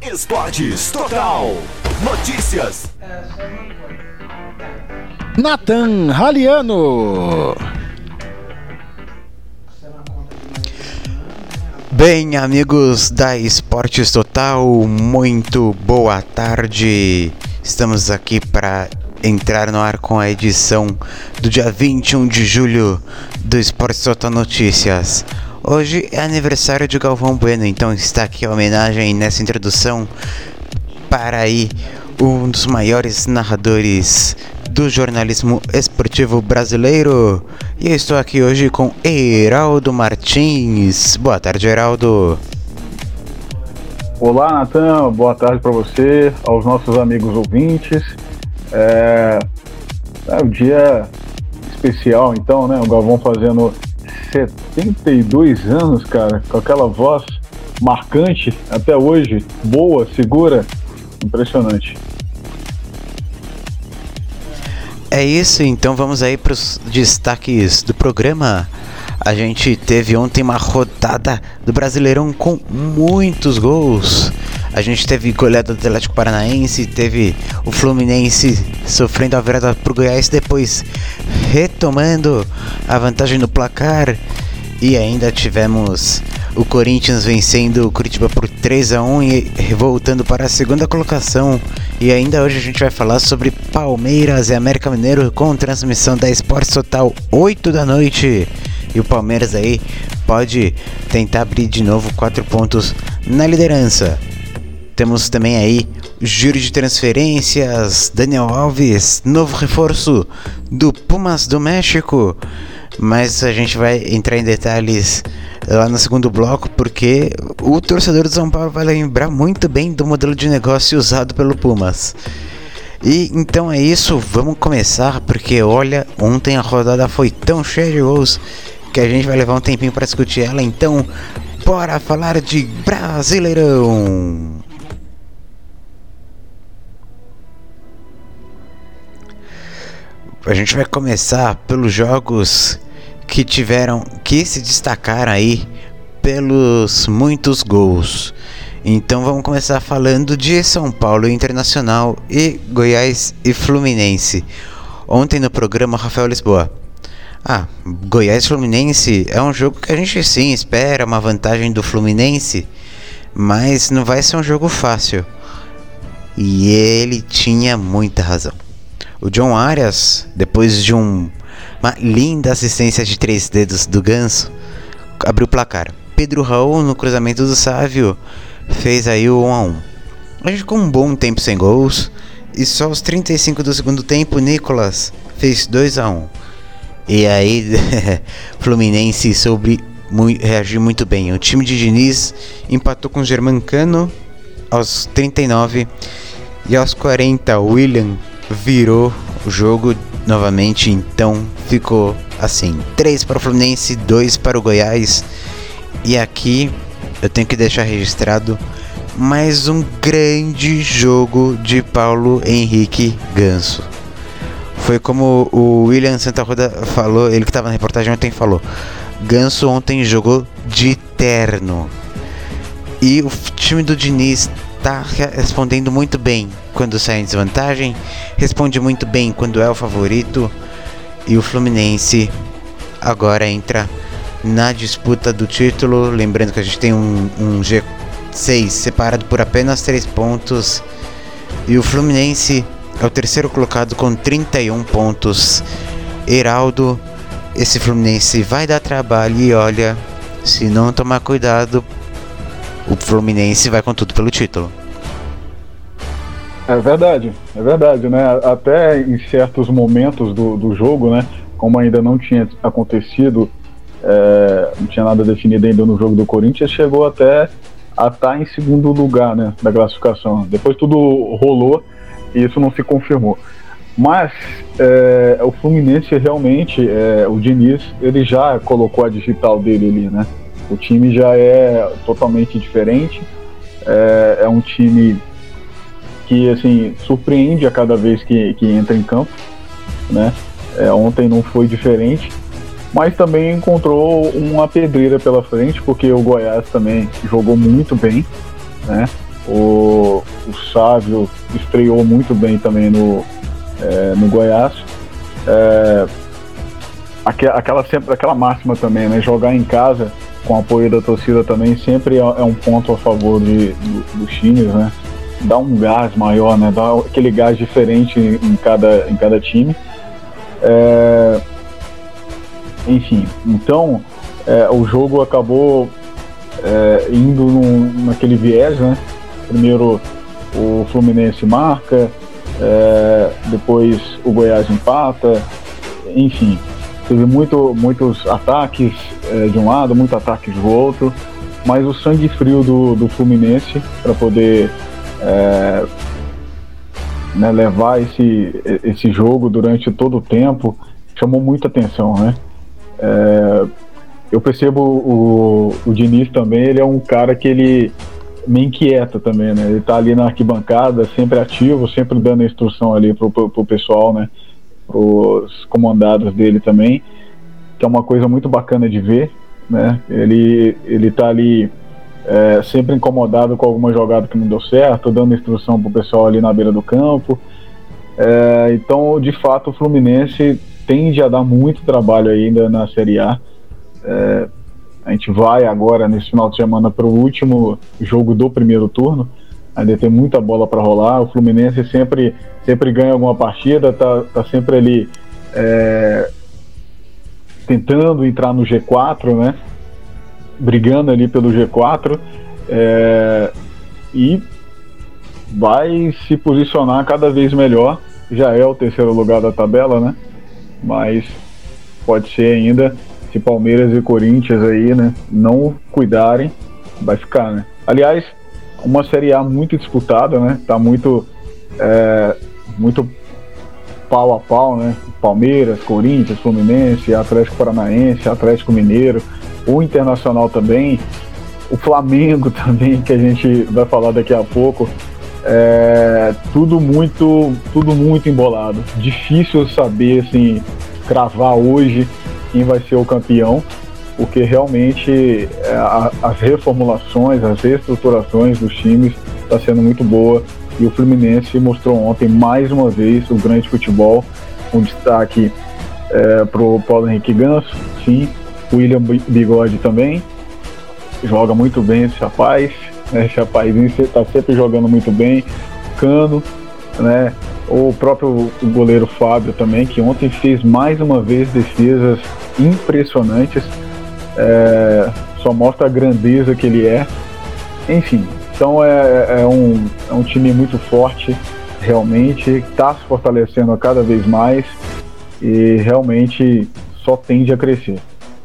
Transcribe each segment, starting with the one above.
Esportes Total. Notícias. Nathan Raliano. Bem, amigos da Esportes Total, muito boa tarde. Estamos aqui para entrar no ar com a edição do dia 21 de julho do Esportes Total Notícias. Hoje é aniversário de Galvão Bueno, então está aqui a homenagem nessa introdução para aí um dos maiores narradores do jornalismo esportivo brasileiro. E eu estou aqui hoje com Heraldo Martins. Boa tarde, Heraldo. Olá, Natan. Boa tarde para você, aos nossos amigos ouvintes. É um dia especial, então, né? O Galvão fazendo 72 anos, cara, com aquela voz marcante até hoje, boa, segura, impressionante. É isso, então vamos aí para os destaques do programa. A gente teve ontem uma rodada do Brasileirão com muitos gols. A gente teve goleada do Atlético Paranaense, teve o Fluminense sofrendo a virada pro Goiás, depois retomando a vantagem no placar. E ainda tivemos o Corinthians vencendo o Curitiba por 3-1 e voltando para a segunda colocação. E ainda hoje a gente vai falar sobre Palmeiras e América Mineiro com transmissão da Esportes Total 8 da noite. E o Palmeiras aí pode tentar abrir de novo 4 pontos na liderança. Temos também aí o giro de transferências, Daniel Alves, novo reforço do Pumas do México. Mas a gente vai entrar em detalhes lá no segundo bloco, porque o torcedor do São Paulo vai lembrar muito bem do modelo de negócio usado pelo Pumas. E então é isso, vamos começar, porque olha, ontem a rodada foi tão cheia de gols que a gente vai levar um tempinho para discutir ela. Então, bora falar de Brasileirão! A gente vai começar pelos jogos que se destacaram aí pelos muitos gols. Então vamos começar falando de São Paulo Internacional e Goiás e Fluminense. Ontem no programa, Rafael Lisboa. Goiás e Fluminense é um jogo que a gente sim espera uma vantagem do Fluminense, mas não vai ser um jogo fácil. E ele tinha muita razão. O John Arias, depois de uma linda assistência de 3 dedos do Ganso, abriu o placar. Pedro Raul, no cruzamento do Sávio, fez aí o 1-1. A gente ficou um bom tempo sem gols, e só aos 35 do segundo tempo, Nicolas fez 2-1. E aí, Fluminense soube reagir muito bem. O time de Diniz empatou com o Germancano aos 39, e aos 40, o William virou o jogo novamente, então ficou assim, 3 para o Fluminense, 2 para o Goiás. E aqui eu tenho que deixar registrado mais um grande jogo de Paulo Henrique Ganso. Foi como o William Santa Roda falou, ele que estava na reportagem ontem falou, Ganso ontem jogou de terno. E o time do Diniz está respondendo muito bem quando sai em desvantagem, responde muito bem quando é o favorito, e o Fluminense agora entra na disputa do título. Lembrando que a gente tem um G6 separado por apenas 3 pontos, e o Fluminense é o terceiro colocado com 31 pontos. Heraldo, esse Fluminense vai dar trabalho, e olha, se não tomar cuidado, o Fluminense vai com tudo pelo título. É verdade, né? Até em certos momentos do jogo, né? Como ainda não tinha acontecido, não tinha nada definido ainda no jogo do Corinthians, chegou até a estar em segundo lugar, né, da classificação. Depois tudo rolou e isso não se confirmou. Mas o Fluminense realmente, o Diniz, ele já colocou a digital dele ali, né? O time já é totalmente diferente, é um time que assim, surpreende a cada vez que entra em campo, né? Ontem não foi diferente, mas também encontrou uma pedreira pela frente, porque o Goiás também jogou muito bem, né? o Sávio estreou muito bem também no Goiás. Aquela máxima também, né? Jogar em casa com o apoio da torcida também sempre é um ponto a favor dos times, né? Dá um gás maior, né? Dá aquele gás diferente em cada time. Enfim, então o jogo acabou indo naquele viés, né? Primeiro o Fluminense marca, depois o Goiás empata, enfim, teve muitos ataques de um lado, muitos ataques do outro, mas o sangue frio do Fluminense para poder levar esse jogo durante todo o tempo chamou muita atenção, né? Eu percebo o Diniz também, ele é um cara que ele me inquieta também, né? Ele tá ali na arquibancada, sempre ativo, sempre dando instrução ali pro pessoal, né? Pros comandados dele também, que é uma coisa muito bacana de ver, né? Ele tá ali sempre incomodado com alguma jogada que não deu certo, dando instrução pro pessoal ali na beira do campo. Então, de fato, o Fluminense tende a dar muito trabalho ainda na Série A. A gente vai agora nesse final de semana para o último jogo do primeiro turno, ainda tem muita bola para rolar. O Fluminense sempre ganha alguma partida, tá sempre ali tentando entrar no G4, né? Brigando ali pelo G4, e vai se posicionar cada vez melhor. Já é o terceiro lugar da tabela, né? Mas pode ser ainda, se Palmeiras e Corinthians aí, né, não cuidarem, vai ficar, né? Aliás, uma Série A muito disputada, né? Tá muito pau a pau, né? Palmeiras, Corinthians, Fluminense, Atlético Paranaense, Atlético Mineiro, o Internacional também, o Flamengo também, que a gente vai falar daqui a pouco. Tudo muito embolado. Difícil saber, assim, cravar hoje quem vai ser o campeão, porque realmente as reformulações, as reestruturações dos times está sendo muito boa, e o Fluminense mostrou ontem mais uma vez o grande futebol, com destaque pro Paulo Henrique Ganso, sim, o William Bigode também joga muito bem esse rapaz, né? Esse rapazinho está sempre jogando muito bem. Cano, né? O próprio goleiro Fábio também, que ontem fez mais uma vez defesas impressionantes, só mostra a grandeza que ele é. Enfim, então é um time muito forte, realmente, está se fortalecendo a cada vez mais e realmente só tende a crescer.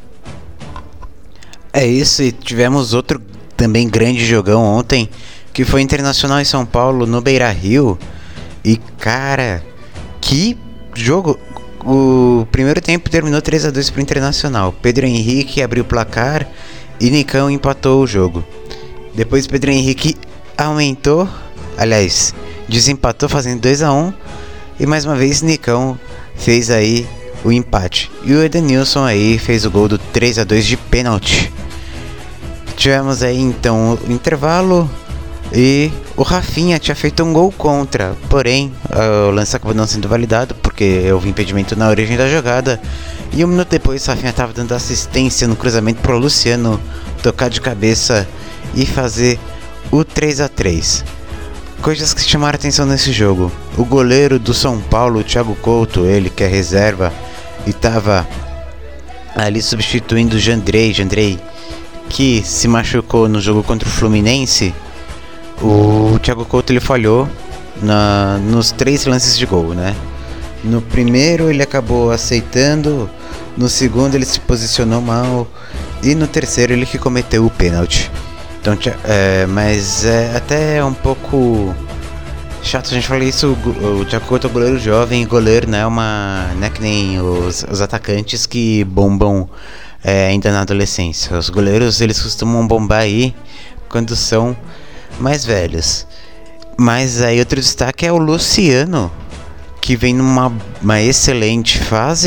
É isso, e tivemos outro também grande jogão ontem, que foi Internacional em São Paulo, no Beira-Rio. E cara, que jogo! O primeiro tempo terminou 3-2 pro Internacional. Pedro Henrique abriu o placar e Nicão empatou o jogo. Depois Pedro Henrique aumentou, aliás, desempatou fazendo 2-1. E mais uma vez Nicão fez aí o empate. E o Edenilson aí fez o gol do 3-2 de pênalti. Tivemos aí então o intervalo e o Rafinha tinha feito um gol contra, porém o lance acabou não sendo validado porque houve impedimento na origem da jogada, e um minuto depois o Rafinha estava dando assistência no cruzamento para o Luciano tocar de cabeça e fazer o 3-3. Coisas que chamaram atenção nesse jogo: o goleiro do São Paulo, o Thiago Couto, ele que é reserva e estava ali substituindo o Jandrei, que se machucou no jogo contra o Fluminense. O Thiago Couto ele falhou nos 3 lances de gol, né? No primeiro ele acabou aceitando, no segundo ele se posicionou mal e no terceiro ele que cometeu o pênalti. Então, mas é até um pouco chato a gente falar isso. O Thiago Couto é um goleiro jovem, e goleiro não é que nem os atacantes que bombam ainda na adolescência. Os goleiros eles costumam bombar aí quando são mais velhos. Mas aí outro destaque é o Luciano, que vem numa excelente fase.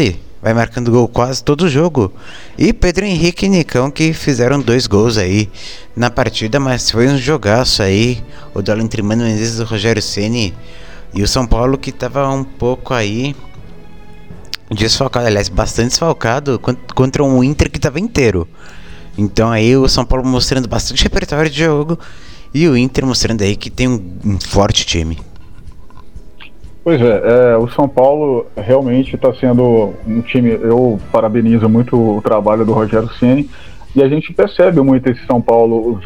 vai marcando gol quase todo jogo. E Pedro Henrique e Nicão que fizeram 2 gols aí na partida, mas foi um jogaço aí, o duelo entre Mano Menezes e Rogério Ceni. E o São Paulo que tava um pouco aí desfalcado, aliás, bastante desfalcado contra um Inter que tava inteiro. Então aí o São Paulo mostrando bastante repertório de jogo e o Inter mostrando aí que tem um forte time. Pois o São Paulo realmente está sendo um time, eu parabenizo muito o trabalho do Rogério Ceni, e a gente percebe muito esse São Paulo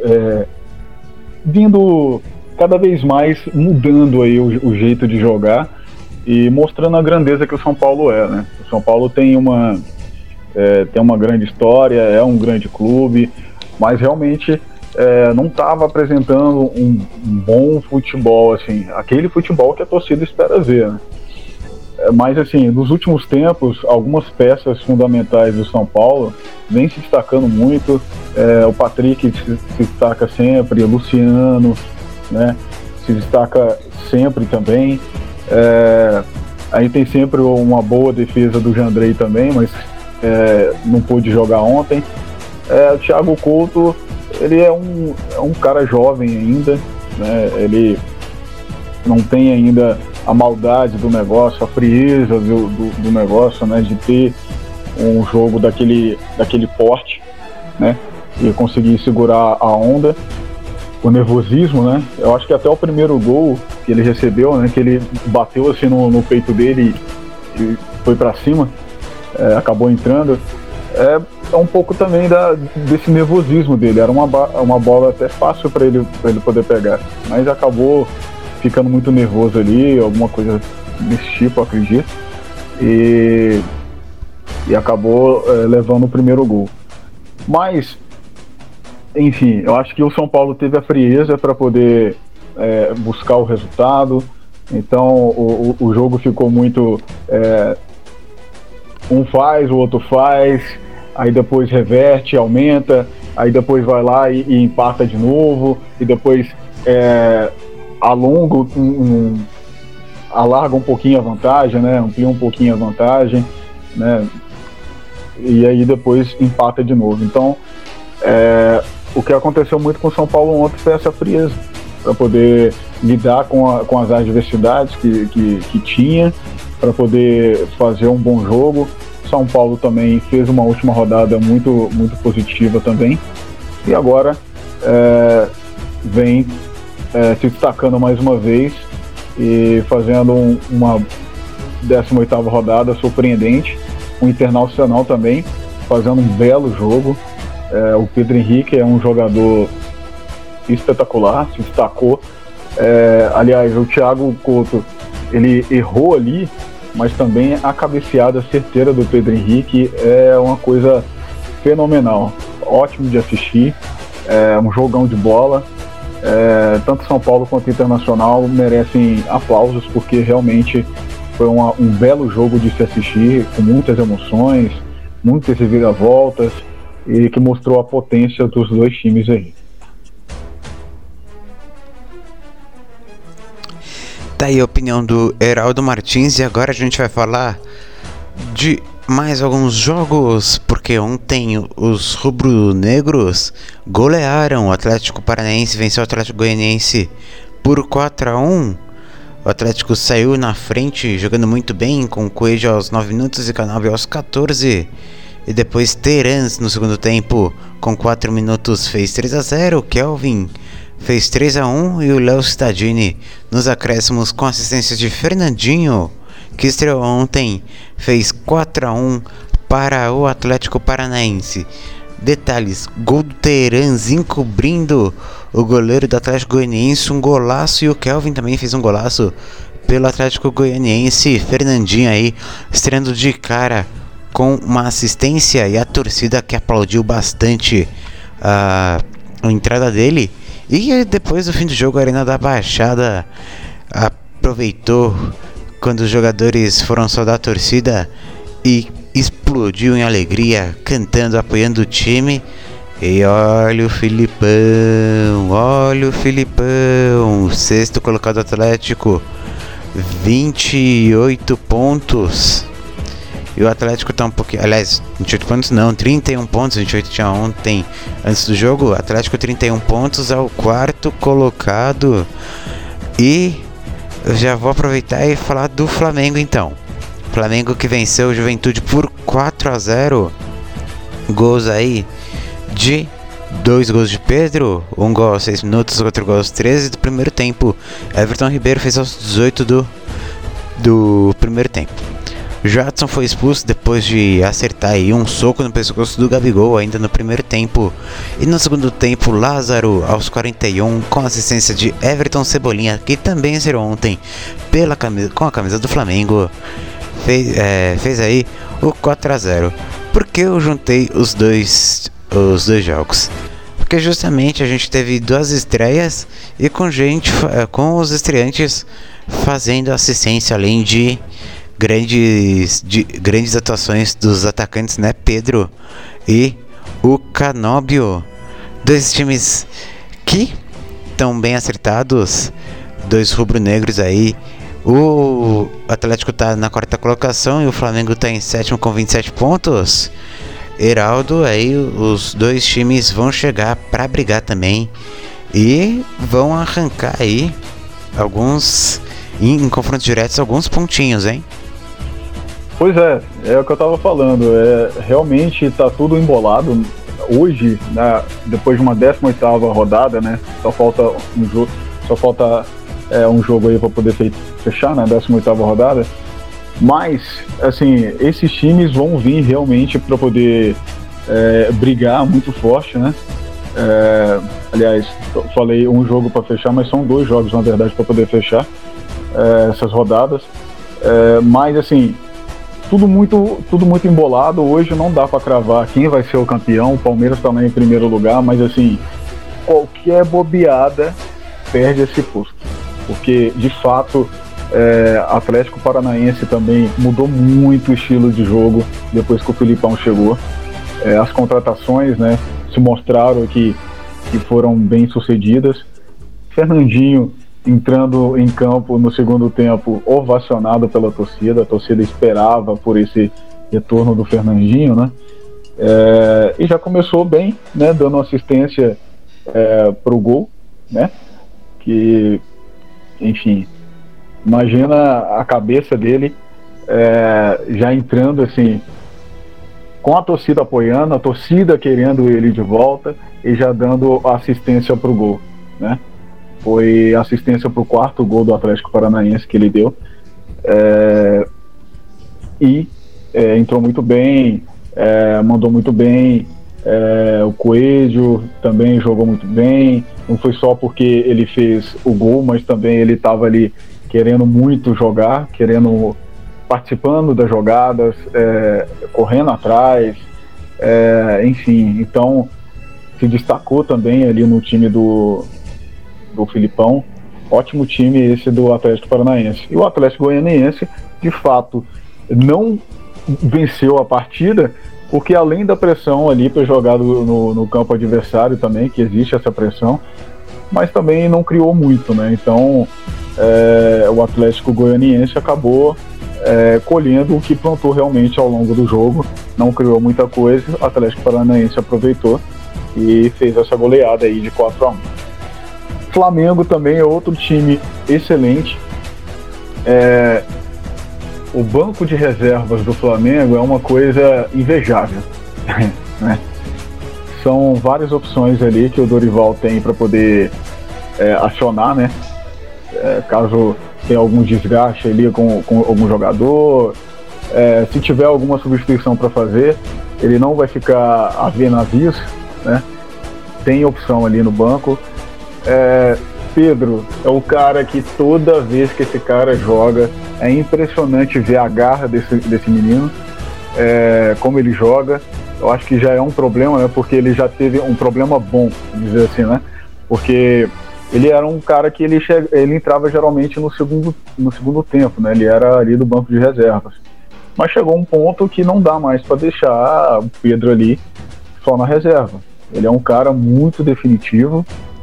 vindo cada vez mais mudando aí o jeito de jogar e mostrando a grandeza que o São Paulo é, né? O São Paulo tem uma grande história, é um grande clube, mas realmente não estava apresentando um bom futebol, assim, aquele futebol que a torcida espera ver, né? Mas assim, nos últimos tempos, algumas peças fundamentais do São Paulo vêm se destacando muito. O Patrick se destaca sempre, o Luciano, né, se destaca sempre também. A gente tem sempre uma boa defesa do Jandrei também, mas não pôde jogar ontem. O Thiago Couto, ele é um cara jovem ainda, né? Ele não tem ainda a maldade do negócio, a frieza do negócio, né? De ter um jogo daquele porte, né? E conseguir segurar a onda, o nervosismo, né? Eu acho que até o primeiro gol que ele recebeu, né? Que ele bateu assim no peito dele e foi para cima, acabou entrando. É um pouco também desse nervosismo dele. Era uma bola até fácil para ele poder pegar, mas acabou ficando muito nervoso ali, alguma coisa desse tipo, acredito, e acabou levando o primeiro gol. Mas, enfim, eu acho que o São Paulo teve a frieza para poder buscar o resultado. Então o jogo ficou muito um faz, o outro faz, aí depois reverte, aumenta, aí depois vai lá e empata de novo, e depois alarga um pouquinho a vantagem, né? Amplia um pouquinho a vantagem, né? E aí depois empata de novo. Então o que aconteceu muito com o São Paulo ontem foi essa frieza para poder lidar com as adversidades que tinha, para poder fazer um bom jogo. São Paulo também fez uma última rodada muito, muito positiva também, e agora vem se destacando mais uma vez e fazendo uma 18ª rodada surpreendente. O Internacional também fazendo um belo jogo. O Pedro Henrique é um jogador espetacular, se destacou. Aliás, o Thiago Couto, ele errou ali, mas também a cabeceada certeira do Pedro Henrique é uma coisa fenomenal, ótimo de assistir, um jogão de bola. Tanto São Paulo quanto Internacional merecem aplausos, porque realmente foi um belo jogo de se assistir, com muitas emoções, muitas reviravoltas, e que mostrou a potência dos dois times aí. Tá aí a opinião do Heraldo Martins, e agora a gente vai falar de mais alguns jogos, porque ontem os rubro-negros golearam o Atlético Paranaense, venceu o Atlético Goianiense por 4-1. O Atlético saiu na frente jogando muito bem, com o Coelho aos 9 minutos e Canóbio aos 14. E depois Terans no segundo tempo, com 4 minutos, fez 3-0. Kelvin fez 3-1 e o Léo Cittadini nos acréscimos com assistência de Fernandinho, que estreou ontem, fez 4-1 para o Atlético Paranaense. Detalhes: gol do Terans encobrindo o goleiro do Atlético Goianiense, um golaço, e o Kelvin também fez um golaço pelo Atlético Goianiense. Fernandinho aí estreando de cara com uma assistência, e a torcida que aplaudiu bastante a entrada dele. E depois do fim do jogo, a Arena da Baixada aproveitou quando os jogadores foram saudar a torcida e explodiu em alegria, cantando, apoiando o time. E olha o Filipão, o sexto colocado Atlético, 28 pontos. E o Atlético tá um pouquinho... Aliás, 28 pontos não, 31 pontos. 28 tinha ontem, antes do jogo. Atlético 31 pontos, é o quarto colocado. E eu já vou aproveitar e falar do Flamengo então. Flamengo que venceu o Juventude por 4-0. Gols aí de 2 gols de Pedro, 1 gol aos 6 minutos, outro gol aos 13 do primeiro tempo. Everton Ribeiro fez aos 18 do primeiro tempo. Jadson foi expulso depois de acertar aí um soco no pescoço do Gabigol ainda no primeiro tempo. E no segundo tempo, Lázaro aos 41 com assistência de Everton Cebolinha, que também estreou ontem com a camisa do Flamengo, fez aí o 4-0. Por que eu juntei os dois jogos? Porque justamente a gente teve 2 estreias e com os estreantes fazendo assistência, além de grandes atuações dos atacantes, né? Pedro e o Canóbio. 2 times que estão bem acertados, 2 rubro-negros aí. O Atlético tá na 4ª colocação e o Flamengo tá em 7º com 27 pontos. Heraldo, aí os 2 times vão chegar para brigar também e vão arrancar aí alguns em confrontos diretos, alguns pontinhos, hein? Pois é o que eu tava falando, realmente tá tudo embolado. Hoje, né, depois de uma 18ª rodada, né, só falta um jogo aí para poder fechar, né, 18ª rodada. Mas, assim, esses times vão vir realmente para poder brigar muito forte, né? Aliás, falei um jogo para fechar, mas são 2 jogos, na verdade, para poder fechar essas rodadas. Mas, assim, tudo muito embolado. Hoje não dá para cravar quem vai ser o campeão. O Palmeiras também em primeiro lugar, mas, assim, qualquer bobeada perde esse posto. Porque, de fato... Atlético Paranaense também mudou muito o estilo de jogo depois que o Filipão chegou. As contratações, né, se mostraram que foram bem sucedidas. Fernandinho entrando em campo no segundo tempo, ovacionado pela torcida. A torcida esperava por esse retorno do Fernandinho, né? E já começou bem, né, dando assistência pro gol, né? Que, enfim, imagina a cabeça dele já entrando assim, com a torcida apoiando, a torcida querendo ele de volta e já dando assistência pro gol, né? Foi assistência pro 4º gol do Atlético Paranaense que ele deu. Entrou muito bem, mandou muito bem. O Coelho também jogou muito bem. Não foi só porque ele fez o gol, mas também ele estava ali querendo muito jogar, participando das jogadas, correndo atrás, enfim. Então se destacou também ali no time do Filipão. Ótimo time esse do Atlético Paranaense. E o Atlético Goianiense, de fato, não venceu a partida, porque além da pressão ali para jogar no campo adversário também, que existe essa pressão, mas também não criou muito, né? Então o Atlético Goianiense acabou colhendo o que plantou realmente ao longo do jogo. Não criou muita coisa, o Atlético Paranaense aproveitou e fez essa goleada aí de 4-1. Flamengo também é outro time excelente. O banco de reservas do Flamengo é uma coisa invejável, né? São várias opções ali que o Dorival tem para poder acionar, né? Caso tenha algum desgaste ali com algum jogador, se tiver alguma substituição para fazer, ele não vai ficar a ver navios, né? Tem opção ali no banco. Pedro é o cara que toda vez que esse cara joga, é impressionante ver a garra desse menino, como ele joga. Eu acho que já é um problema, né? Porque ele já teve um problema bom, dizer assim, né? Porque ele era um cara que ele entrava geralmente no segundo tempo, né? Ele era ali do banco de reservas. Mas chegou um ponto que não dá mais para deixar o Pedro ali só na reserva. Ele é um cara muito definitivo,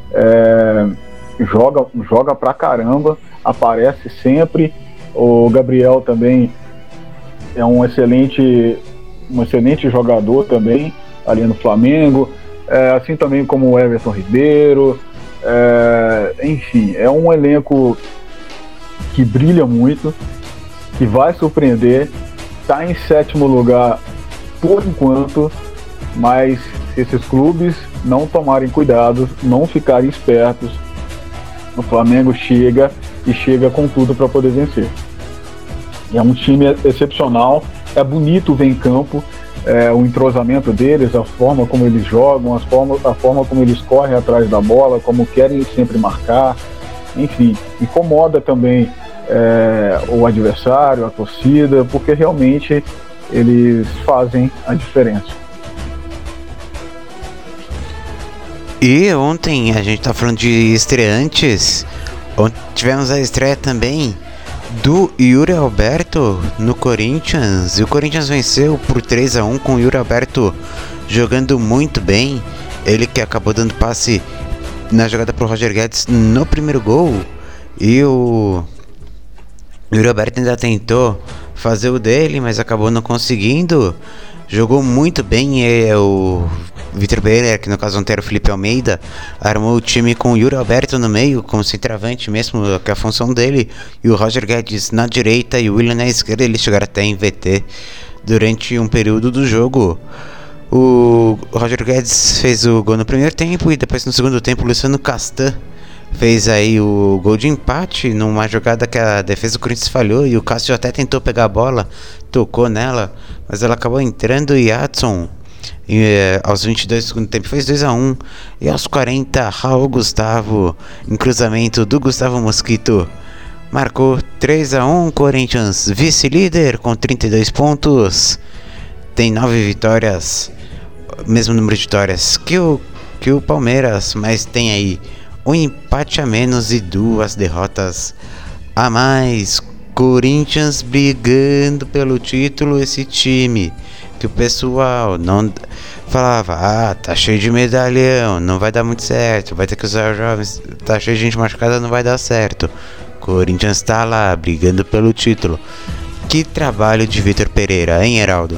joga pra caramba, aparece sempre. O Gabriel também é um excelente jogador também ali no Flamengo, assim também como o Everton Ribeiro. Enfim, é um elenco que brilha muito, que vai surpreender. Está em 7º lugar por enquanto, mas se esses clubes não tomarem cuidado, não ficarem espertos, o Flamengo chega com tudo para poder vencer. É um time excepcional, é bonito ver em campo, o entrosamento deles, a forma como eles jogam, a forma como eles correm atrás da bola, como querem sempre marcar, enfim, incomoda também o adversário, a torcida, porque realmente eles fazem a diferença. E ontem, a gente tá falando de estreantes, ontem tivemos a estreia também do Yuri Alberto no Corinthians, e o Corinthians venceu por 3-1 com o Yuri Alberto jogando muito bem, ele que acabou dando passe na jogada pro Roger Guedes no primeiro gol, e o Yuri Alberto ainda tentou fazer o dele, mas acabou não conseguindo. Jogou muito bem, o Vitor Pereira, que no caso ontem era o Felipe Almeida, armou o time com o Yuri Alberto no meio, como centroavante mesmo, que é a função dele, e o Roger Guedes na direita e o Willian na esquerda. Eles chegaram até a inverter durante um período do jogo. O Roger Guedes fez o gol no primeiro tempo, e depois no segundo tempo o Luciano Castan fez aí o gol de empate numa jogada que a defesa do Corinthians falhou, e o Cássio até tentou pegar a bola, tocou nela, mas ela acabou entrando, e Adson aos 22 do segundo tempo fez 2-1, e aos 40 Raul Gustavo, em cruzamento do Gustavo Mosquito, marcou 3-1. Corinthians vice-líder com 32 pontos, tem 9 vitórias, mesmo número de vitórias que o Palmeiras, mas tem aí um empate a menos e 2 derrotas a mais. Corinthians brigando pelo título, esse time que o pessoal não falava, tá cheio de medalhão, não vai dar muito certo, vai ter que usar os jovens, tá cheio de gente machucada, não vai dar certo. Corinthians tá lá brigando pelo título. Que trabalho de Vitor Pereira, hein, Heraldo?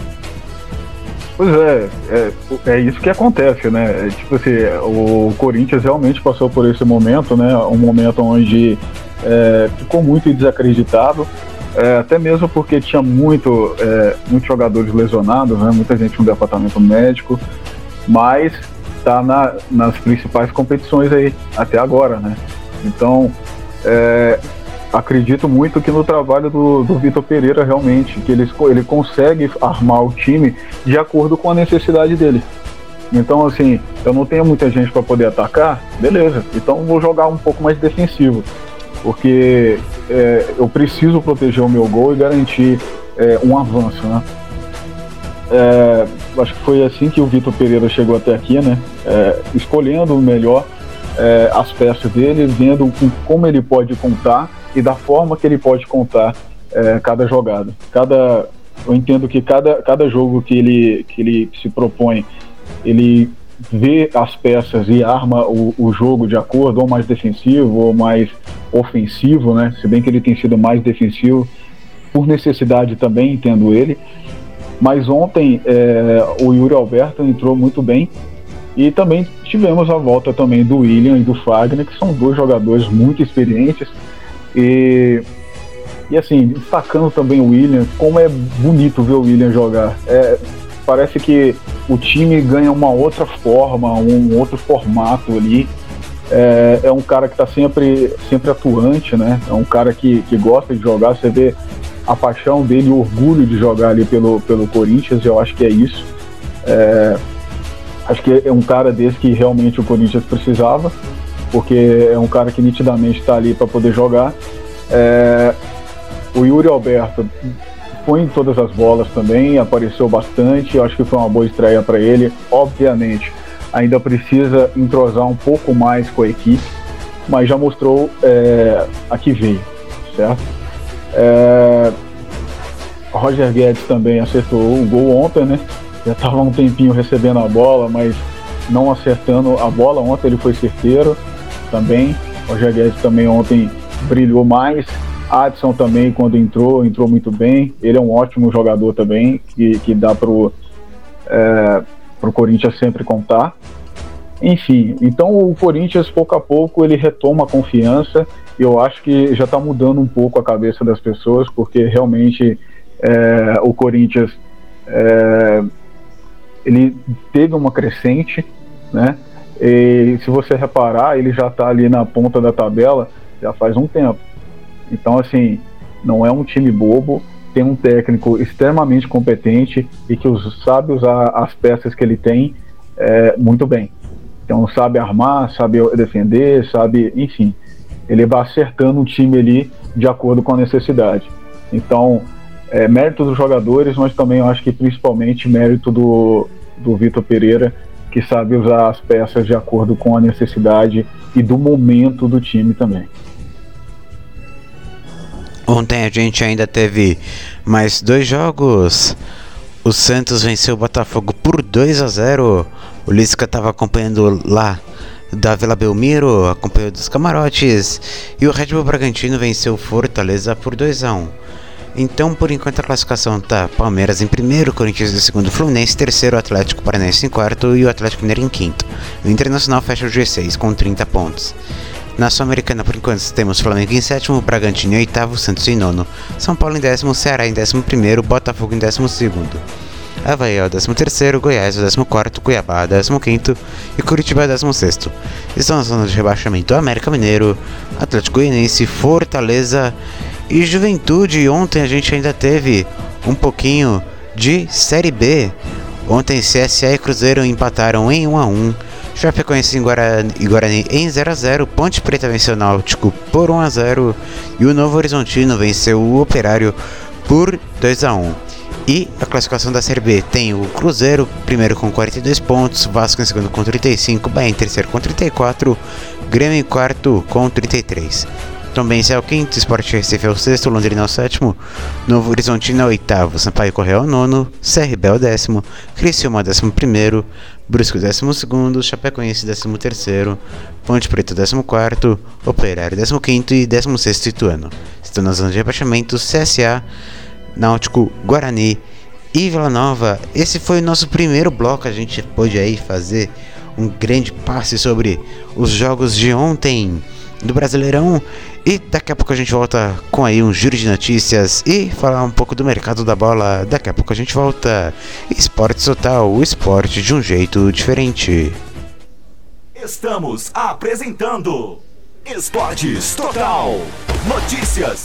Pois é isso que acontece, né? Tipo assim, o Corinthians realmente passou por esse momento, né? Um momento onde ficou muito desacreditado, até mesmo porque tinha muitos jogadores lesionados, né? Muita gente no departamento médico, mas tá nas principais competições aí, até agora, né? Então, acredito muito que no trabalho do Vitor Pereira, realmente, que ele consegue armar o time de acordo com a necessidade dele. Então, assim, eu não tenho muita gente para poder atacar, beleza, então vou jogar um pouco mais defensivo, porque eu preciso proteger o meu gol e garantir um avanço, né? Acho que foi assim que o Vitor Pereira chegou até aqui, né? Escolhendo o melhor as peças dele, vendo como ele pode contar e da forma que ele pode contar cada jogada. Eu entendo que cada jogo que ele se propõe, ele vê as peças e arma o jogo de acordo, ou mais defensivo ou mais ofensivo, né? Se bem que ele tem sido mais defensivo por necessidade também, entendo ele. Mas ontem o Yuri Alberto entrou muito bem, e também tivemos a volta também do Willian e do Fagner, que são 2 jogadores muito experientes. E assim, destacando também o Willian, como é bonito ver o Willian jogar. Parece que o time ganha uma outra forma, um outro formato ali. É um cara que está sempre atuante, né? É um cara que gosta de jogar. Você vê a paixão dele, o orgulho de jogar ali pelo Corinthians. Eu acho que é isso. Acho que é um cara desse que realmente o Corinthians precisava, porque é um cara que nitidamente está ali para poder jogar. O Yuri Alberto foi em todas as bolas também, apareceu bastante. Eu acho que foi uma boa estreia para ele. Obviamente, ainda precisa entrosar um pouco mais com a equipe, mas já mostrou a que veio, certo? Roger Guedes também acertou o gol ontem, né? Já estava um tempinho recebendo a bola, mas não acertando a bola. Ontem ele foi certeiro também. Roger Guedes também ontem brilhou mais. Adson também, quando entrou muito bem. Ele é um ótimo jogador também, que dá pro Corinthians sempre contar. Enfim, então o Corinthians, pouco a pouco, ele retoma a confiança. Eu acho que já está mudando um pouco a cabeça das pessoas, porque realmente o Corinthians ele teve uma crescente, né? E se você reparar, ele já está ali na ponta da tabela já faz um tempo. Então, assim, não é um time bobo, tem um técnico extremamente competente e que sabe usar as peças que ele tem muito bem. Então, sabe armar, sabe defender, sabe, enfim, ele vai acertando um time ali de acordo com a necessidade. Então, mérito dos jogadores, mas também eu acho que principalmente mérito do Vitor Pereira, que sabe usar as peças de acordo com a necessidade e do momento do time também. Ontem a gente ainda teve mais 2 jogos. O Santos venceu o Botafogo por 2-0. O Lisca estava acompanhando lá da Vila Belmiro, acompanhou dos camarotes. E o Red Bull Bragantino venceu o Fortaleza por 2-1. Então, por enquanto, a classificação tá Palmeiras em primeiro, Corinthians em segundo, Fluminense em terceiro, Atlético Paranaense em quarto e o Atlético Mineiro em quinto. O Internacional fecha o G6 com 30 pontos. Na Sul-Americana, por enquanto, temos Flamengo em sétimo, Bragantino em oitavo, Santos em nono, São Paulo em décimo, Ceará em 11º, Botafogo em 12º, Avaí é o 13º, Goiás é o 14º, Cuiabá é o 15º e Curitiba é o 16º. Estão na zona de rebaixamento América Mineiro, Atlético Goianiense, Fortaleza e Juventude. Ontem a gente ainda teve um pouquinho de Série B. Ontem CSA e Cruzeiro empataram em 1-1. Chapecoense e Guarani em 0-0, Ponte Preta venceu o Náutico por 1-0 e o Novo Horizontino venceu o Operário por 2-1. E a classificação da Série B tem o Cruzeiro primeiro com 42 pontos, Vasco em segundo com 35, Bahia em terceiro com 34, Grêmio em quarto com 33. Tombense é o quinto, Sport Recife é o sexto, Londrina é o sétimo, Novo Horizontino é o oitavo, Sampaio Correia é o nono, CRB é o 10º, Criciúma é o 11º, Brusque 12º, Chapecoense 13º, Ponte Preta 14º, Operário 15º e 16º Ituano. Estão na zona de rebaixamento CSA, Náutico, Guarani e Vila Nova. Esse foi o nosso primeiro bloco, a gente pôde aí fazer um grande passe sobre os jogos de ontem do Brasileirão. E daqui a pouco a gente volta com aí um giro de notícias e falar um pouco do mercado da bola. Daqui a pouco a gente volta. Esportes Total, o esporte de um jeito diferente. Estamos apresentando Esportes Total. Notícias.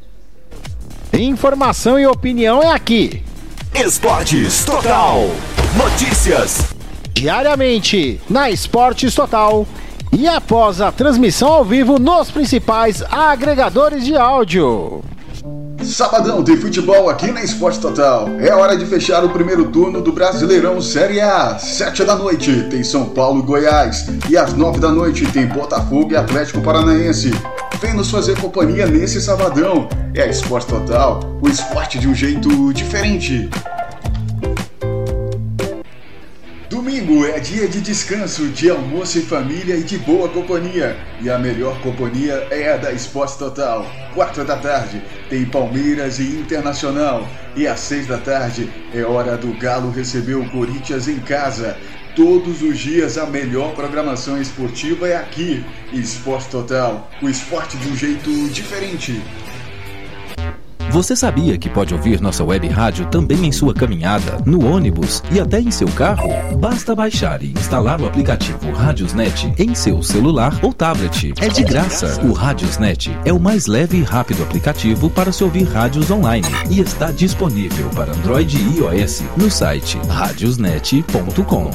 Informação e opinião é aqui. Esportes Total. Notícias. Diariamente na Esportes Total. E após a transmissão ao vivo nos principais agregadores de áudio. Sabadão tem futebol aqui na Esporte Total. É hora de fechar o primeiro turno do Brasileirão Série A. 7 da noite tem São Paulo e Goiás. E às 9 da noite tem Botafogo e Atlético Paranaense. Vem nos fazer companhia nesse sabadão. É a Esporte Total, o esporte de um jeito diferente. Domingo é dia de descanso, de almoço em família e de boa companhia. E a melhor companhia é a da Esporte Total. 4 da tarde tem Palmeiras e Internacional. E às 6 da tarde é hora do Galo receber o Corinthians em casa. Todos os dias a melhor programação esportiva é aqui. Esporte Total, o esporte de um jeito diferente. Você sabia que pode ouvir nossa web rádio também em sua caminhada, no ônibus e até em seu carro? Basta baixar e instalar o aplicativo Radiosnet em seu celular ou tablet. É de graça. O Radiosnet é o mais leve e rápido aplicativo para se ouvir rádios online e está disponível para Android e iOS no site radiosnet.com.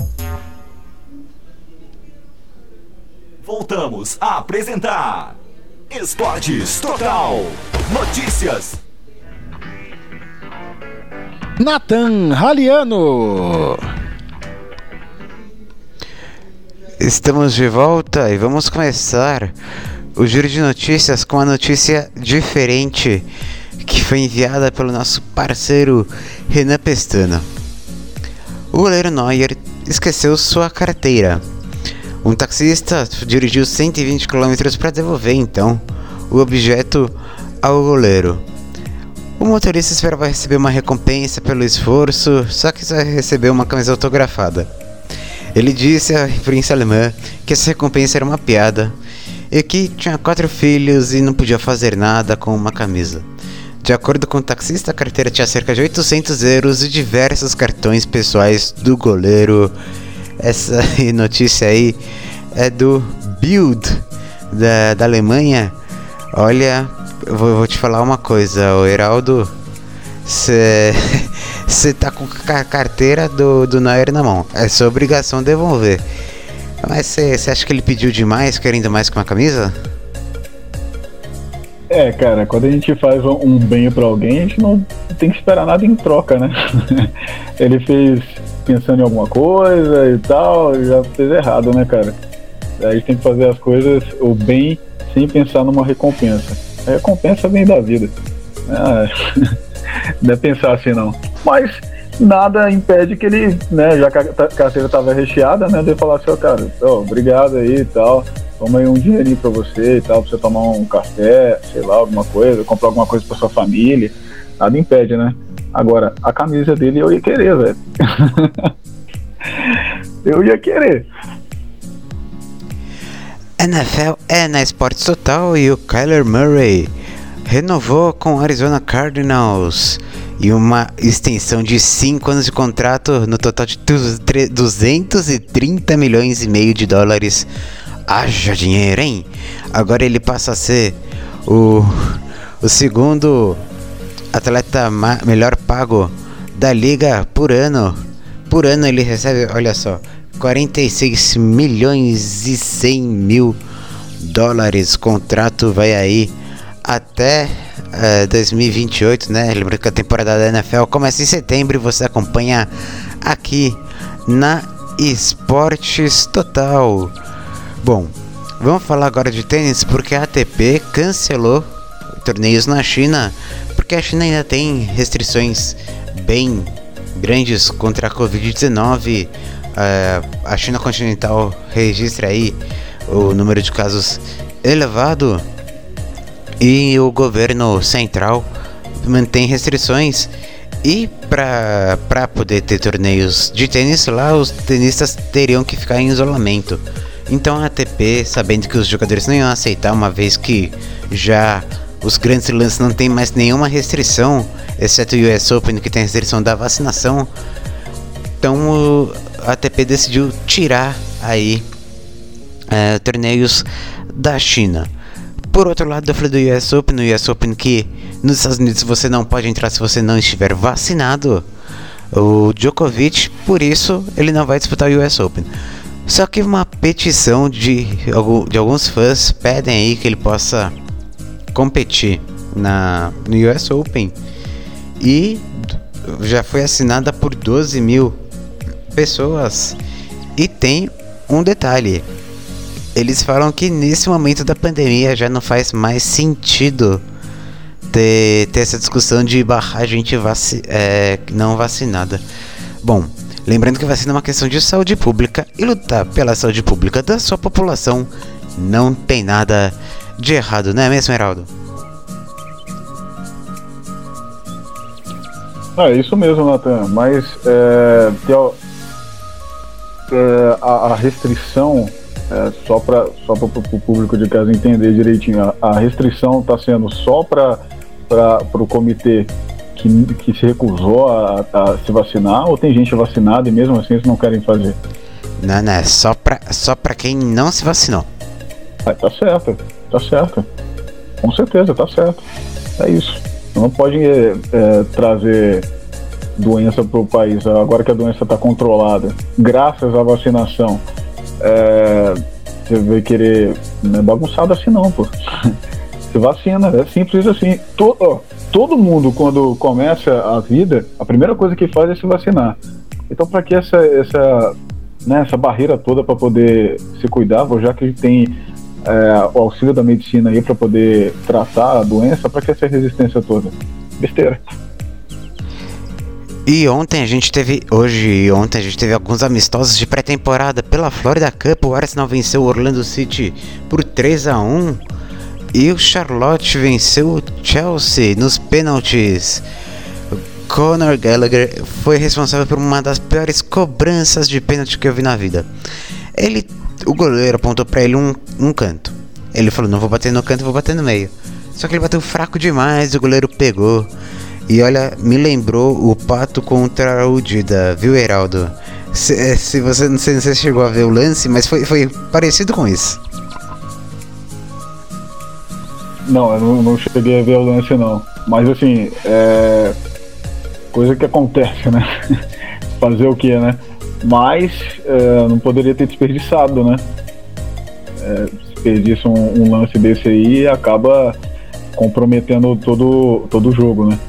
Voltamos a apresentar Esportes Total. Notícias. Nathan Raliano. Estamos de volta e vamos começar o giro de notícias com uma notícia diferente que foi enviada pelo nosso parceiro Renan Pestana. O goleiro Neuer esqueceu sua carteira. Um taxista dirigiu 120 km para devolver então o objeto ao goleiro. O motorista esperava receber uma recompensa pelo esforço, só que só recebeu uma camisa autografada. Ele disse à imprensa alemã que essa recompensa era uma piada e que tinha 4 filhos e não podia fazer nada com uma camisa. De acordo com o taxista, a carteira tinha cerca de 800 euros e diversos cartões pessoais do goleiro. Essa notícia aí é do Bild, da Alemanha. Olha, eu vou te falar uma coisa, o Heraldo, você tá com a carteira do Neuer na mão, é sua obrigação devolver. Mas você acha que ele pediu demais, querendo mais que uma camisa? Cara, quando a gente faz um bem pra alguém, a gente não tem que esperar nada em troca, né? Ele fez pensando em alguma coisa e tal, já fez errado, né, cara? A gente tem que fazer as coisas, o bem, sem pensar numa recompensa. A recompensa vem da vida. Não é pensar assim, não. Mas nada impede que ele, né, já que a carteira estava recheada, né, de falar assim, cara, obrigado aí e tal, toma aí um dinheirinho pra você e tal, pra você tomar um café, sei lá, alguma coisa, comprar alguma coisa pra sua família. Nada impede, né? Agora, a camisa dele eu ia querer, velho. Eu ia querer. NFL é na Esportes Total e o Kyler Murray renovou com o Arizona Cardinals e uma extensão de 5 anos de contrato no total de 230 milhões e meio de dólares. Haja dinheiro, hein? Agora ele passa a ser o segundo atleta melhor pago da liga por ano. Por ano ele recebe, olha só, 46 milhões e 100 mil dólares. Contrato vai aí até 2028, né? Lembrando que a temporada da NFL começa em setembro e você acompanha aqui na Esportes Total. Bom, vamos falar agora de tênis, porque a ATP cancelou torneios na China, porque a China ainda tem restrições bem grandes contra a Covid-19. A China continental registra aí o número de casos elevado e o governo central mantém restrições. E para poder ter torneios de tênis lá, os tenistas teriam que ficar em isolamento. Então a ATP, sabendo que os jogadores não iam aceitar, uma vez que já os grandes lances não tem mais nenhuma restrição, exceto o US Open, que tem a restrição da vacinação, então a ATP decidiu tirar aí torneios da China. Por outro lado, eu falei do US Open, no US Open que nos Estados Unidos você não pode entrar se você não estiver vacinado. O Djokovic, por isso, ele não vai disputar o US Open. Só que uma petição de alguns fãs pedem aí que ele possa competir no US Open. E já foi assinada por 12 mil pessoas. E tem um detalhe. Eles falam que nesse momento da pandemia já não faz mais sentido ter essa discussão de barrar gente não vacinada. Bom, lembrando que vacina é uma questão de saúde pública e lutar pela saúde pública da sua população não tem nada de errado, não é mesmo, Heraldo? É isso mesmo, Nathan, mas a restrição, só para o público de casa entender direitinho, a restrição está sendo só para o comitê que se recusou a se vacinar, ou tem gente vacinada e mesmo assim eles não querem fazer? Não, é só para quem não se vacinou. Tá certo, com certeza, tá certo, é isso. Não pode trazer doença para o país, agora que a doença está controlada, graças à vacinação. Você vai querer, não é bagunçado assim não, pô. Se vacina, é simples assim. Todo mundo, quando começa a vida, a primeira coisa que faz é se vacinar. Então, para que essa barreira toda para poder se cuidar, já que tem o auxílio da medicina aí para poder tratar a doença, para que essa resistência toda? Besteira. E ontem a gente teve alguns amistosos de pré-temporada pela Florida Cup. O Arsenal venceu o Orlando City por 3-1. E o Charlotte venceu o Chelsea nos pênaltis. Conor Gallagher foi responsável por uma das piores cobranças de pênalti que eu vi na vida. O goleiro apontou pra ele um canto. Ele falou, não vou bater no canto, vou bater no meio. Só que ele bateu fraco demais, o goleiro pegou. E olha, me lembrou o Pato contra o Dida, viu, Heraldo? Se você não sei se você chegou a ver o lance, mas foi parecido com isso. Não, eu não cheguei a ver o lance não. Mas assim, coisa que acontece, né? Fazer o que, né? Mas não poderia ter desperdiçado, né? Desperdiça um lance desse aí e acaba comprometendo todo o jogo, né?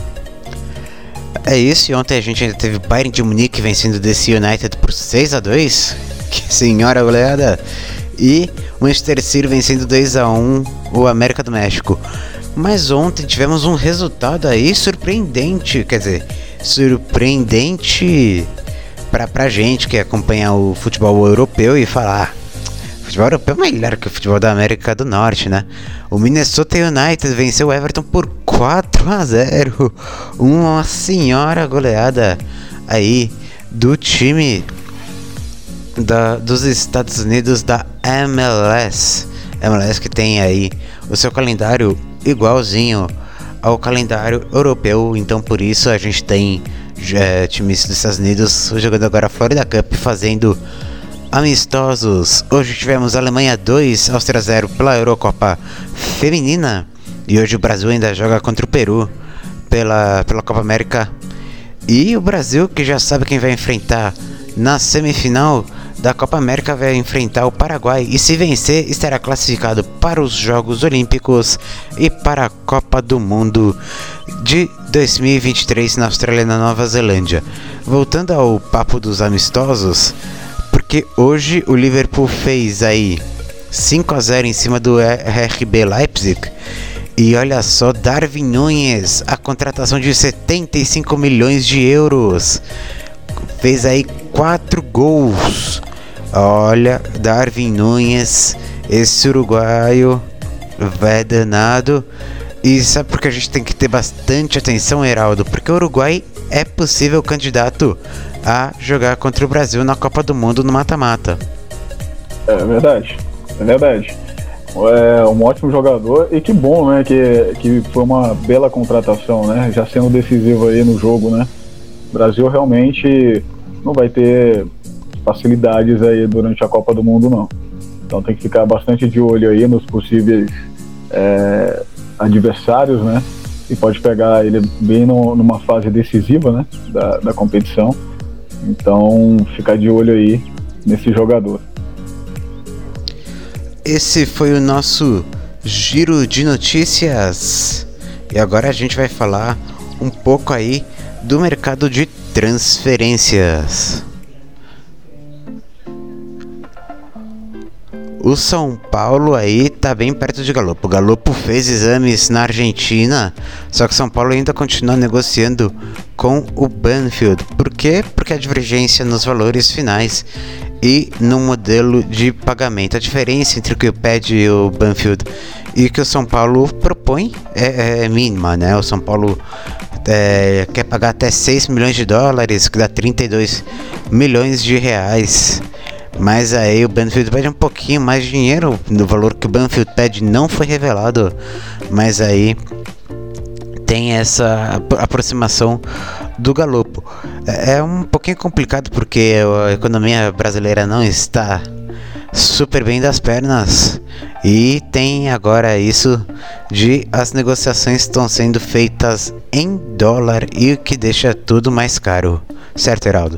É isso, e ontem a gente ainda teve o Bayern de Munique vencendo o DC United por 6-2. Que senhora goleada! E o Manchester City vencendo 2-1 o América do México. Mas ontem tivemos um resultado aí surpreendente, quer dizer, surpreendente pra gente que acompanha o futebol europeu e falar, o futebol europeu é melhor que o futebol da América do Norte, né? O Minnesota United venceu o Everton por 4-0, uma senhora goleada aí do time dos Estados Unidos da MLS que tem aí o seu calendário igualzinho ao calendário europeu, então por isso a gente tem times dos Estados Unidos jogando agora a Florida Cup, fazendo amistosos. Hoje tivemos Alemanha 2, Áustria 0 pela Eurocopa Feminina, e hoje o Brasil ainda joga contra o Peru pela Copa América. E o Brasil, que já sabe quem vai enfrentar na semifinal da Copa América, vai enfrentar o Paraguai, e se vencer estará classificado para os Jogos Olímpicos e para a Copa do Mundo de 2023 na Austrália e na Nova Zelândia. Voltando ao papo dos amistosos, porque hoje o Liverpool fez aí 5-0 em cima do RB Leipzig. E olha só, Darwin Núñez, a contratação de 75 milhões de euros, fez aí 4 gols. Olha, Darwin Núñez, esse uruguaio, vai danado. E sabe por que a gente tem que ter bastante atenção, Heraldo? Porque o Uruguai é possível candidato a jogar contra o Brasil na Copa do Mundo no mata-mata. É verdade. É um ótimo jogador, e que bom, né, que foi uma bela contratação, né, já sendo decisivo aí no jogo, né. O Brasil realmente não vai ter facilidades aí durante a Copa do Mundo, não. Então tem que ficar bastante de olho aí nos possíveis adversários, né, e pode pegar ele bem numa fase decisiva, né, da competição. Então ficar de olho aí nesse jogador. Esse foi o nosso giro de notícias. E agora a gente vai falar um pouco aí do mercado de transferências. O São Paulo aí tá bem perto de Galopo. O Galopo fez exames na Argentina, só que São Paulo ainda continua negociando com o Banfield. Por quê? Porque a divergência nos valores finais e no modelo de pagamento. A diferença entre o que pede o Banfield e o que o São Paulo propõe é mínima, né? O São Paulo quer pagar até 6 milhões de dólares, que dá 32 milhões de reais. Mas aí o Banfield pede um pouquinho mais de dinheiro. No valor que o Banfield pede não foi revelado, mas aí tem essa aproximação do Galopo. É um pouquinho complicado porque a economia brasileira não está super bem das pernas, e tem agora isso de as negociações estão sendo feitas em dólar, e o que deixa tudo mais caro, certo, Heraldo?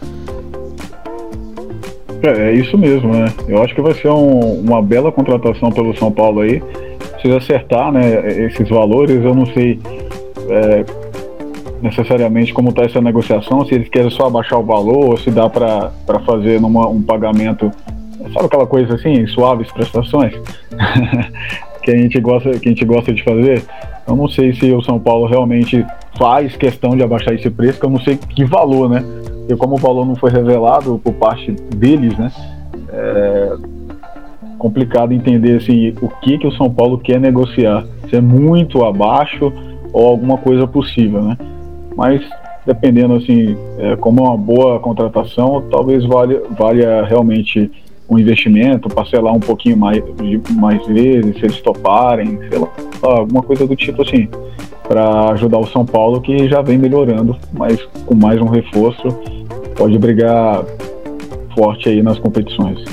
É isso mesmo, né? Eu acho que vai ser uma bela contratação pelo São Paulo aí. Precisa acertar, né, esses valores. Eu não sei necessariamente como está essa negociação, se eles querem só abaixar o valor ou se dá para fazer um pagamento, sabe aquela coisa assim, suaves prestações que a gente gosta de fazer. Eu não sei se o São Paulo realmente faz questão de abaixar esse preço, que eu não sei que valor, né? Porque como o valor não foi revelado por parte deles, né? complicado entender assim, o que o São Paulo quer negociar. Se é muito abaixo ou alguma coisa possível, né? Mas dependendo assim, como uma boa contratação, talvez valha realmente um investimento, parcelar um pouquinho mais vezes, se eles toparem, sei lá, alguma coisa do tipo assim, para ajudar o São Paulo, que já vem melhorando, mas com mais um reforço pode brigar forte aí nas competições.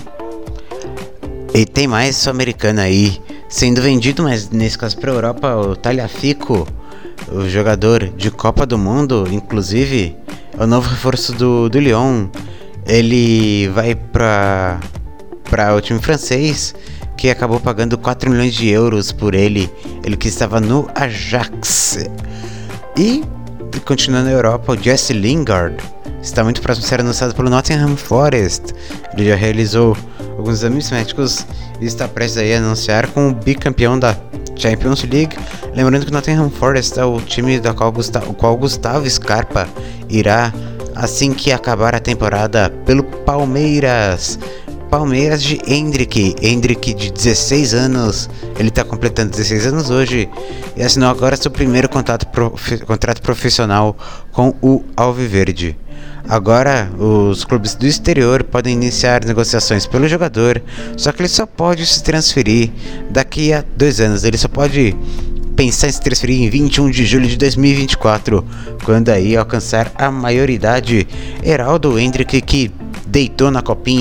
E tem mais sul-americano aí sendo vendido, mas nesse caso para a Europa, o Tagliafico, o jogador de Copa do Mundo, inclusive, é o novo reforço do Lyon. Ele vai para o time francês, que acabou pagando 4 milhões de euros por ele que estava no Ajax. E, continuando na Europa, o Jesse Lingard está muito próximo de ser anunciado pelo Nottingham Forest. Ele já realizou alguns exames médicos e está prestes a anunciar como bicampeão da Champions League. Lembrando que o Nottingham Forest é o time da qual Gustavo Scarpa irá assim que acabar a temporada pelo Palmeiras de Endrick de 16 anos, ele está completando 16 anos hoje e assinou agora seu primeiro contrato profissional com o Alviverde. Agora, os clubes do exterior podem iniciar negociações pelo jogador, só que ele só pode se transferir daqui a 2 anos, ele só pode pensar em se transferir em 21 de julho de 2024, quando aí alcançar a maioridade. Heraldo Endrick, que deitou na Copa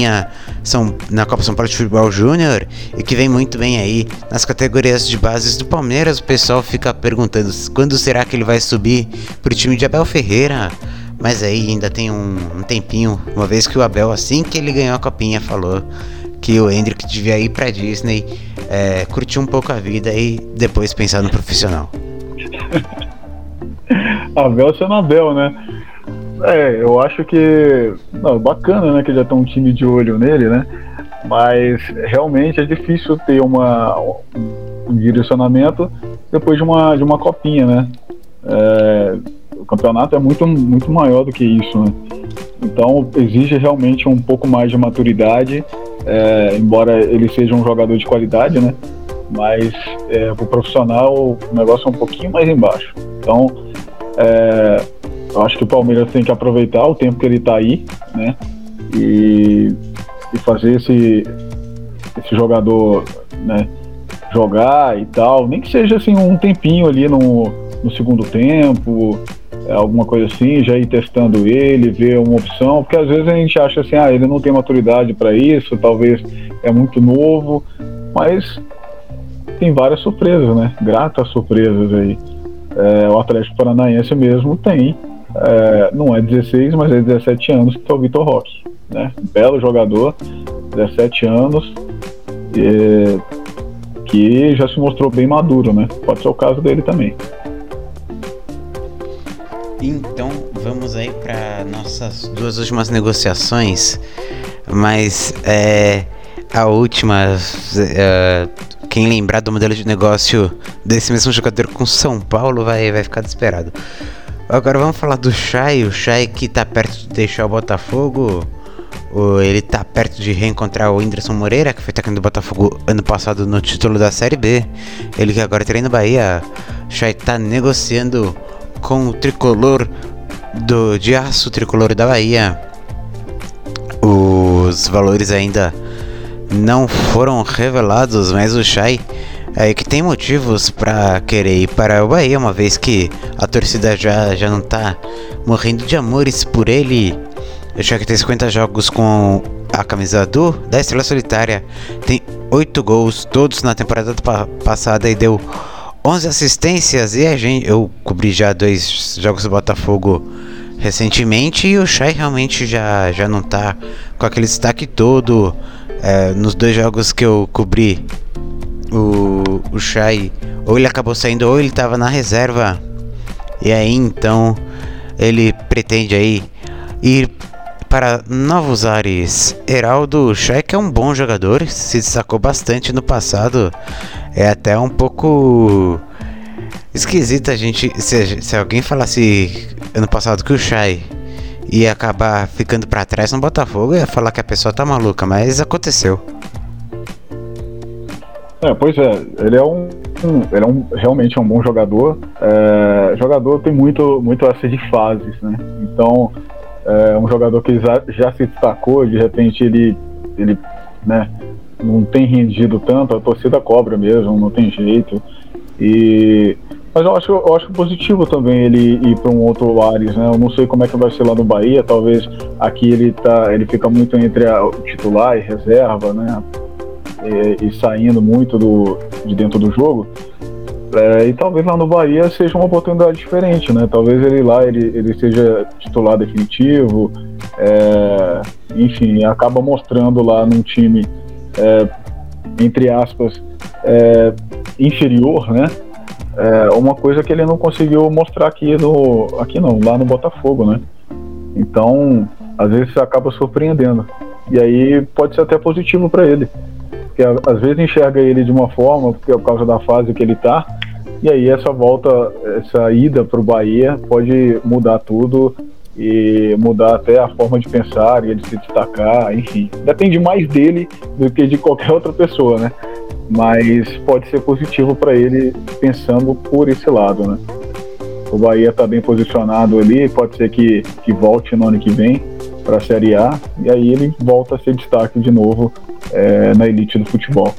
São Paulo de Futebol Júnior e que vem muito bem aí nas categorias de bases do Palmeiras. O pessoal fica perguntando quando será que ele vai subir pro time de Abel Ferreira, mas aí ainda tem um tempinho, uma vez que o Abel, assim que ele ganhou a copinha, falou que o Endrick devia ir pra Disney, curtir um pouco a vida e depois pensar no profissional. Abel sendo Abel, né? Eu acho que bacana, né, que já tá um time de olho nele, né? Mas realmente é difícil ter um direcionamento depois de uma copinha, né? O campeonato é muito, muito maior do que isso, né? Então exige realmente um pouco mais de maturidade, embora ele seja um jogador de qualidade, né? Mas pro profissional o negócio é um pouquinho mais embaixo. Então eu acho que o Palmeiras tem que aproveitar o tempo que ele está aí, né? E fazer esse jogador, né, jogar e tal, nem que seja assim um tempinho ali no segundo tempo, alguma coisa assim, já ir testando ele, ver uma opção, porque às vezes a gente acha assim, ele não tem maturidade para isso, talvez é muito novo, mas tem várias surpresas, né? Gratas surpresas aí. O Atlético Paranaense mesmo tem, não é 16, mas é 17 anos, que é o Vitor Roque, né? Belo jogador, 17 anos, que já se mostrou bem maduro, né? Pode ser o caso dele também. Então vamos aí para nossas 2 últimas negociações, mas a última, quem lembrar do modelo de negócio desse mesmo jogador com São Paulo vai ficar desesperado. Agora vamos falar do Chay, o Chay que tá perto de deixar o Botafogo, ele tá perto de reencontrar o Whindersson Moreira, que foi técnico do Botafogo ano passado no título da Série B, ele que agora treina no Bahia. O Chay tá negociando com o tricolor de aço, tricolor da Bahia. Os valores ainda não foram revelados, mas o Chay que tem motivos para querer ir para o Bahia, uma vez que a torcida já não tá morrendo de amores por ele. O Chay que tem 50 jogos com a camisa da Estrela Solitária, tem 8 gols, todos na temporada passada, e deu 11 assistências. E eu cobri já 2 jogos do Botafogo recentemente, e o Chay realmente já não tá com aquele destaque todo. Nos 2 jogos que eu cobri, o Chay, ou ele acabou saindo ou ele tava na reserva, e aí então ele pretende aí ir para novos ares. Heraldo, Chay, que é um bom jogador, se destacou bastante no passado, é até um pouco esquisito a gente, se alguém falasse ano passado que o Chay ia acabar ficando pra trás no Botafogo, ia falar que a pessoa tá maluca, mas aconteceu. Pois é, ele realmente é um bom jogador. Jogador tem muito essa de fases, né? Então, um jogador que já se destacou, de repente ele né, não tem rendido tanto, a torcida cobra mesmo, não tem jeito. Mas eu acho positivo também ele ir para um outro Ares, né? Eu não sei como é que vai ser lá no Bahia, talvez aqui ele fica muito entre o titular e reserva, né? E saindo muito de dentro do jogo. E talvez lá no Bahia seja uma oportunidade diferente, né? Talvez ele seja titular definitivo, enfim, acaba mostrando lá num time, entre aspas, inferior, né? Uma coisa que ele não conseguiu mostrar lá no Botafogo, né? Então, às vezes acaba surpreendendo. E aí pode ser até positivo para ele. Porque às vezes enxerga ele de uma forma, por causa da fase que ele tá, e aí essa ida pro Bahia pode mudar tudo e mudar até a forma de pensar e ele se destacar, enfim. Depende mais dele do que de qualquer outra pessoa, né? Mas pode ser positivo para ele pensando por esse lado, né? O Bahia está bem posicionado ali, pode ser que volte no ano que vem para a Série A, e aí ele volta a ser destaque de novo na elite do futebol.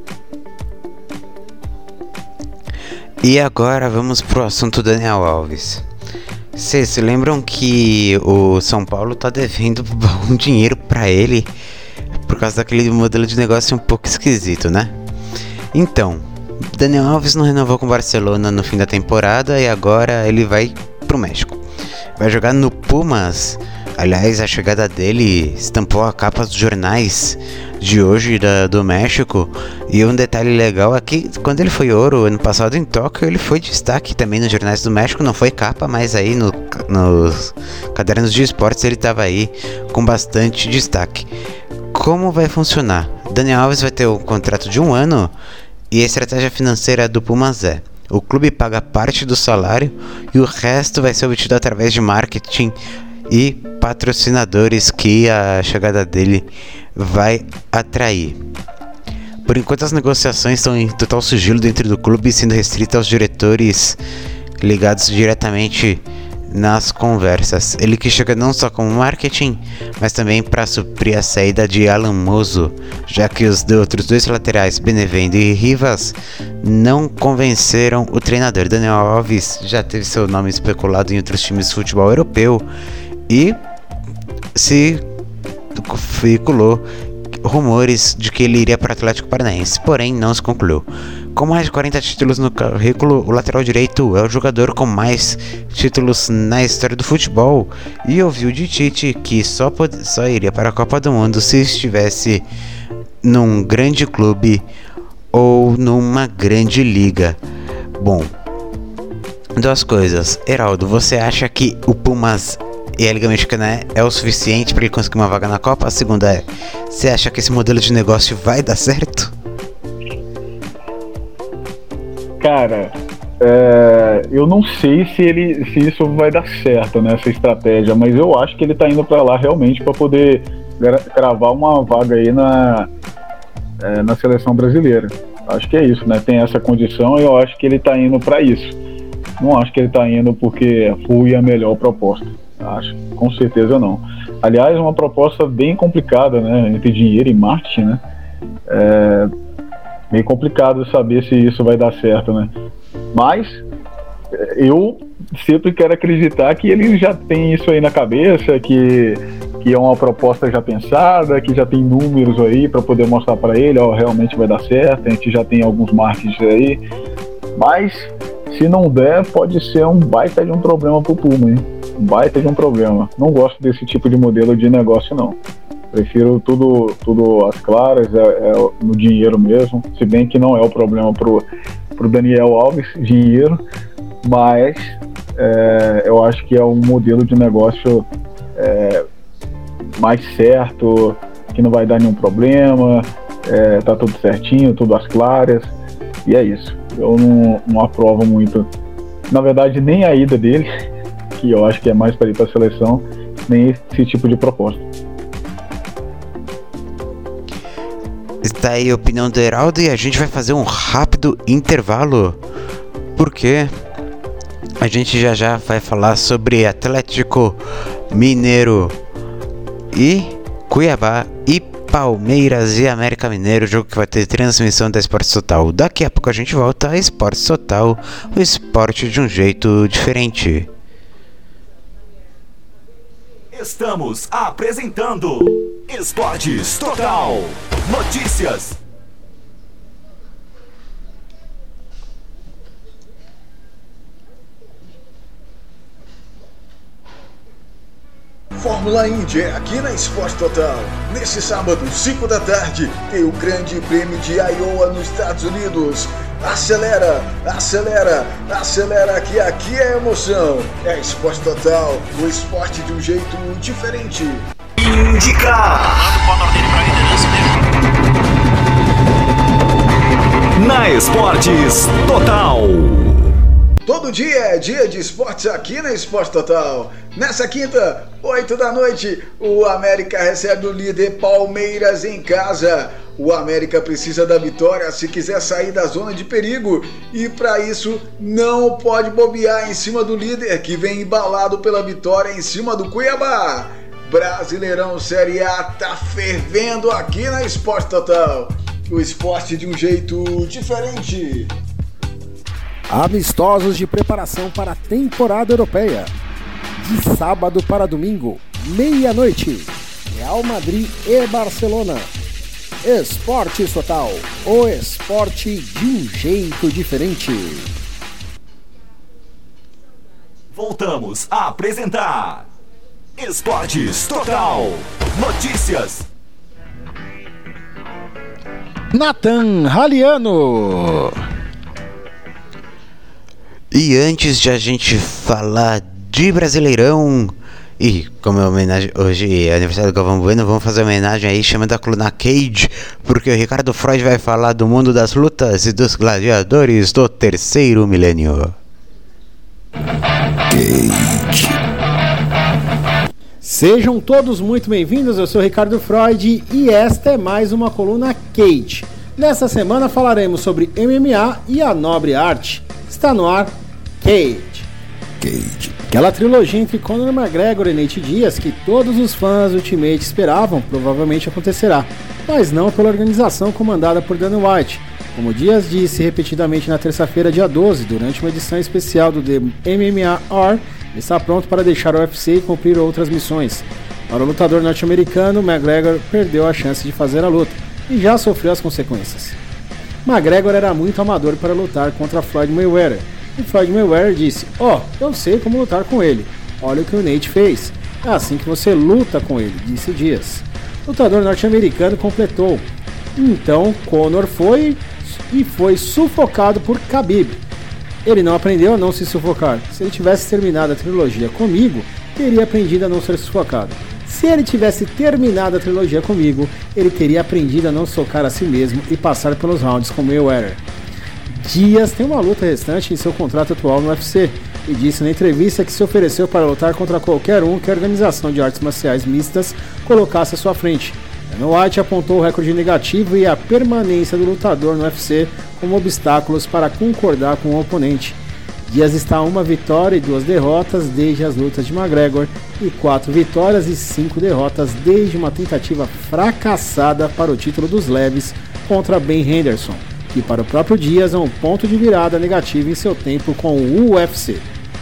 E agora vamos pro assunto Daniel Alves. Vocês se lembram que o São Paulo tá devendo um dinheiro para ele por causa daquele modelo de negócio um pouco esquisito, né? Então, Daniel Alves não renovou com o Barcelona no fim da temporada e agora ele vai pro México. Vai jogar no Pumas. Aliás, a chegada dele estampou a capa dos jornais de hoje do México. E um detalhe legal é que quando ele foi ouro ano passado em Tóquio, ele foi destaque também nos jornais do México. Não foi capa, mas aí nos cadernos de esportes ele estava aí com bastante destaque. Como vai funcionar? Daniel Alves vai ter um contrato de 1 ano e a estratégia financeira do Pumas o clube paga parte do salário e o resto vai ser obtido através de marketing e patrocinadores que a chegada dele vai atrair. Por enquanto as negociações estão em total sigilo dentro do clube, sendo restritas aos diretores ligados diretamente nas conversas. Ele que chega não só com marketing, mas também para suprir a saída de Alan Mozo, já que os outros dois laterais, Benevendo e Rivas, não convenceram o treinador. Daniel Alves já teve seu nome especulado em outros times de futebol europeu e se veiculou rumores de que ele iria para o Atlético Paranaense, porém não se concluiu. Com mais de 40 títulos no currículo, o lateral direito é o jogador com mais títulos na história do futebol e ouviu de Tite que só iria para a Copa do Mundo se estivesse num grande clube ou numa grande liga. Bom, duas coisas. Heraldo, você acha que o Pumas e a Liga Mexicana é o suficiente para ele conseguir uma vaga na Copa? A segunda você acha que esse modelo de negócio vai dar certo? Cara, eu não sei se isso vai dar certo, né, essa estratégia, mas eu acho que ele tá indo para lá realmente para poder cravar uma vaga aí na seleção brasileira. Acho que é isso, né? Tem essa condição e eu acho que ele tá indo para isso. Não acho que ele tá indo porque foi a melhor proposta. Acho, com certeza não. Aliás, uma proposta bem complicada, né? Entre dinheiro e marketing, né? Bem complicado saber se isso vai dar certo, né? Mas eu sempre quero acreditar que ele já tem isso aí na cabeça, que é uma proposta já pensada, que já tem números aí para poder mostrar para ele, realmente vai dar certo, a gente já tem alguns marketing aí. Mas se não der, pode ser um baita de um problema pro Puma, hein? Um baita de um problema. Não gosto desse tipo de modelo de negócio, não. Prefiro tudo às claras, no dinheiro mesmo. Se bem que não é o problema pro Daniel Alves, dinheiro. Mas eu acho que é um modelo de negócio mais certo, que não vai dar nenhum problema. Tá tudo certinho, tudo às claras. E é isso. Eu não aprovo muito. Na verdade, nem a ida dele, que eu acho que é mais para ir para a seleção, nem esse tipo de proposta. tá aí a opinião do Heraldo e a gente vai fazer um rápido intervalo. Porque a gente já vai falar sobre Atlético Mineiro e Cuiabá e Palmeiras e América Mineiro, jogo que vai ter transmissão da Esportes Total. Daqui a pouco a gente volta a Esportes Total, o esporte de um jeito diferente. Estamos apresentando Esportes Total. Notícias. Fórmula Indy aqui na Esporte Total. Nesse sábado, 5 da tarde, tem o Grande Prêmio de Iowa nos Estados Unidos. Acelera, acelera, acelera que aqui é emoção. É Esporte Total, o esporte de um jeito diferente. IndyCar. Na Esportes Total. Todo dia é dia de esportes aqui na Esporte Total. Nessa quinta, 8 da noite, o América recebe o líder Palmeiras em casa. O América precisa da vitória se quiser sair da zona de perigo e para isso não pode bobear em cima do líder que vem embalado pela vitória em cima do Cuiabá. Brasileirão Série A tá fervendo aqui na Esporte Total. O esporte de um jeito diferente. Amistosos de preparação para a temporada europeia. De sábado para domingo, meia-noite. Real Madrid e Barcelona. Esportes Total, o esporte de um jeito diferente. Voltamos a apresentar Esportes Total. Notícias. Nathan Raliano. E antes de a gente falar de Brasileirão, e como é homenagem, hoje é aniversário do Galvão Bueno, vamos fazer homenagem aí chamando a coluna Cage, porque o Ricardo Freud vai falar do mundo das lutas e dos gladiadores do terceiro milênio. Cage. Sejam todos muito bem-vindos, eu sou Ricardo Freud e esta é mais uma coluna Cage. Nessa semana falaremos sobre MMA e a nobre arte. Está no ar Cage. Aquela trilogia entre Conor McGregor e Nate Diaz que todos os fãs do Ultimate esperavam provavelmente acontecerá, mas não pela organização comandada por Dana White. Como Diaz disse repetidamente na terça-feira, dia 12, durante uma edição especial do The MMA Hour, está pronto para deixar o UFC e cumprir outras missões. Para o lutador norte-americano, McGregor perdeu a chance de fazer a luta e já sofreu as consequências. McGregor era muito amador para lutar contra Floyd Mayweather, e Floyd Mayweather disse: eu sei como lutar com ele, olha o que o Nate fez, é assim que você luta com ele, disse Diaz. O lutador norte-americano completou: então Conor foi sufocado por Khabib. Ele não aprendeu a não se sufocar. Se ele tivesse terminado a trilogia comigo, teria aprendido a não ser sufocado. Se ele tivesse terminado a trilogia comigo, ele teria aprendido a não socar a si mesmo e passar pelos rounds com Mayweather. Diaz tem uma luta restante em seu contrato atual no UFC e disse na entrevista que se ofereceu para lutar contra qualquer um que a organização de artes marciais mistas colocasse à sua frente. Dana White apontou o recorde negativo e a permanência do lutador no UFC como obstáculos para concordar com o oponente. Diaz está a 1 vitória e 2 derrotas desde as lutas de McGregor e 4 vitórias e 5 derrotas desde uma tentativa fracassada para o título dos leves contra Ben Henderson, que para o próprio Diaz é um ponto de virada negativo em seu tempo com o UFC.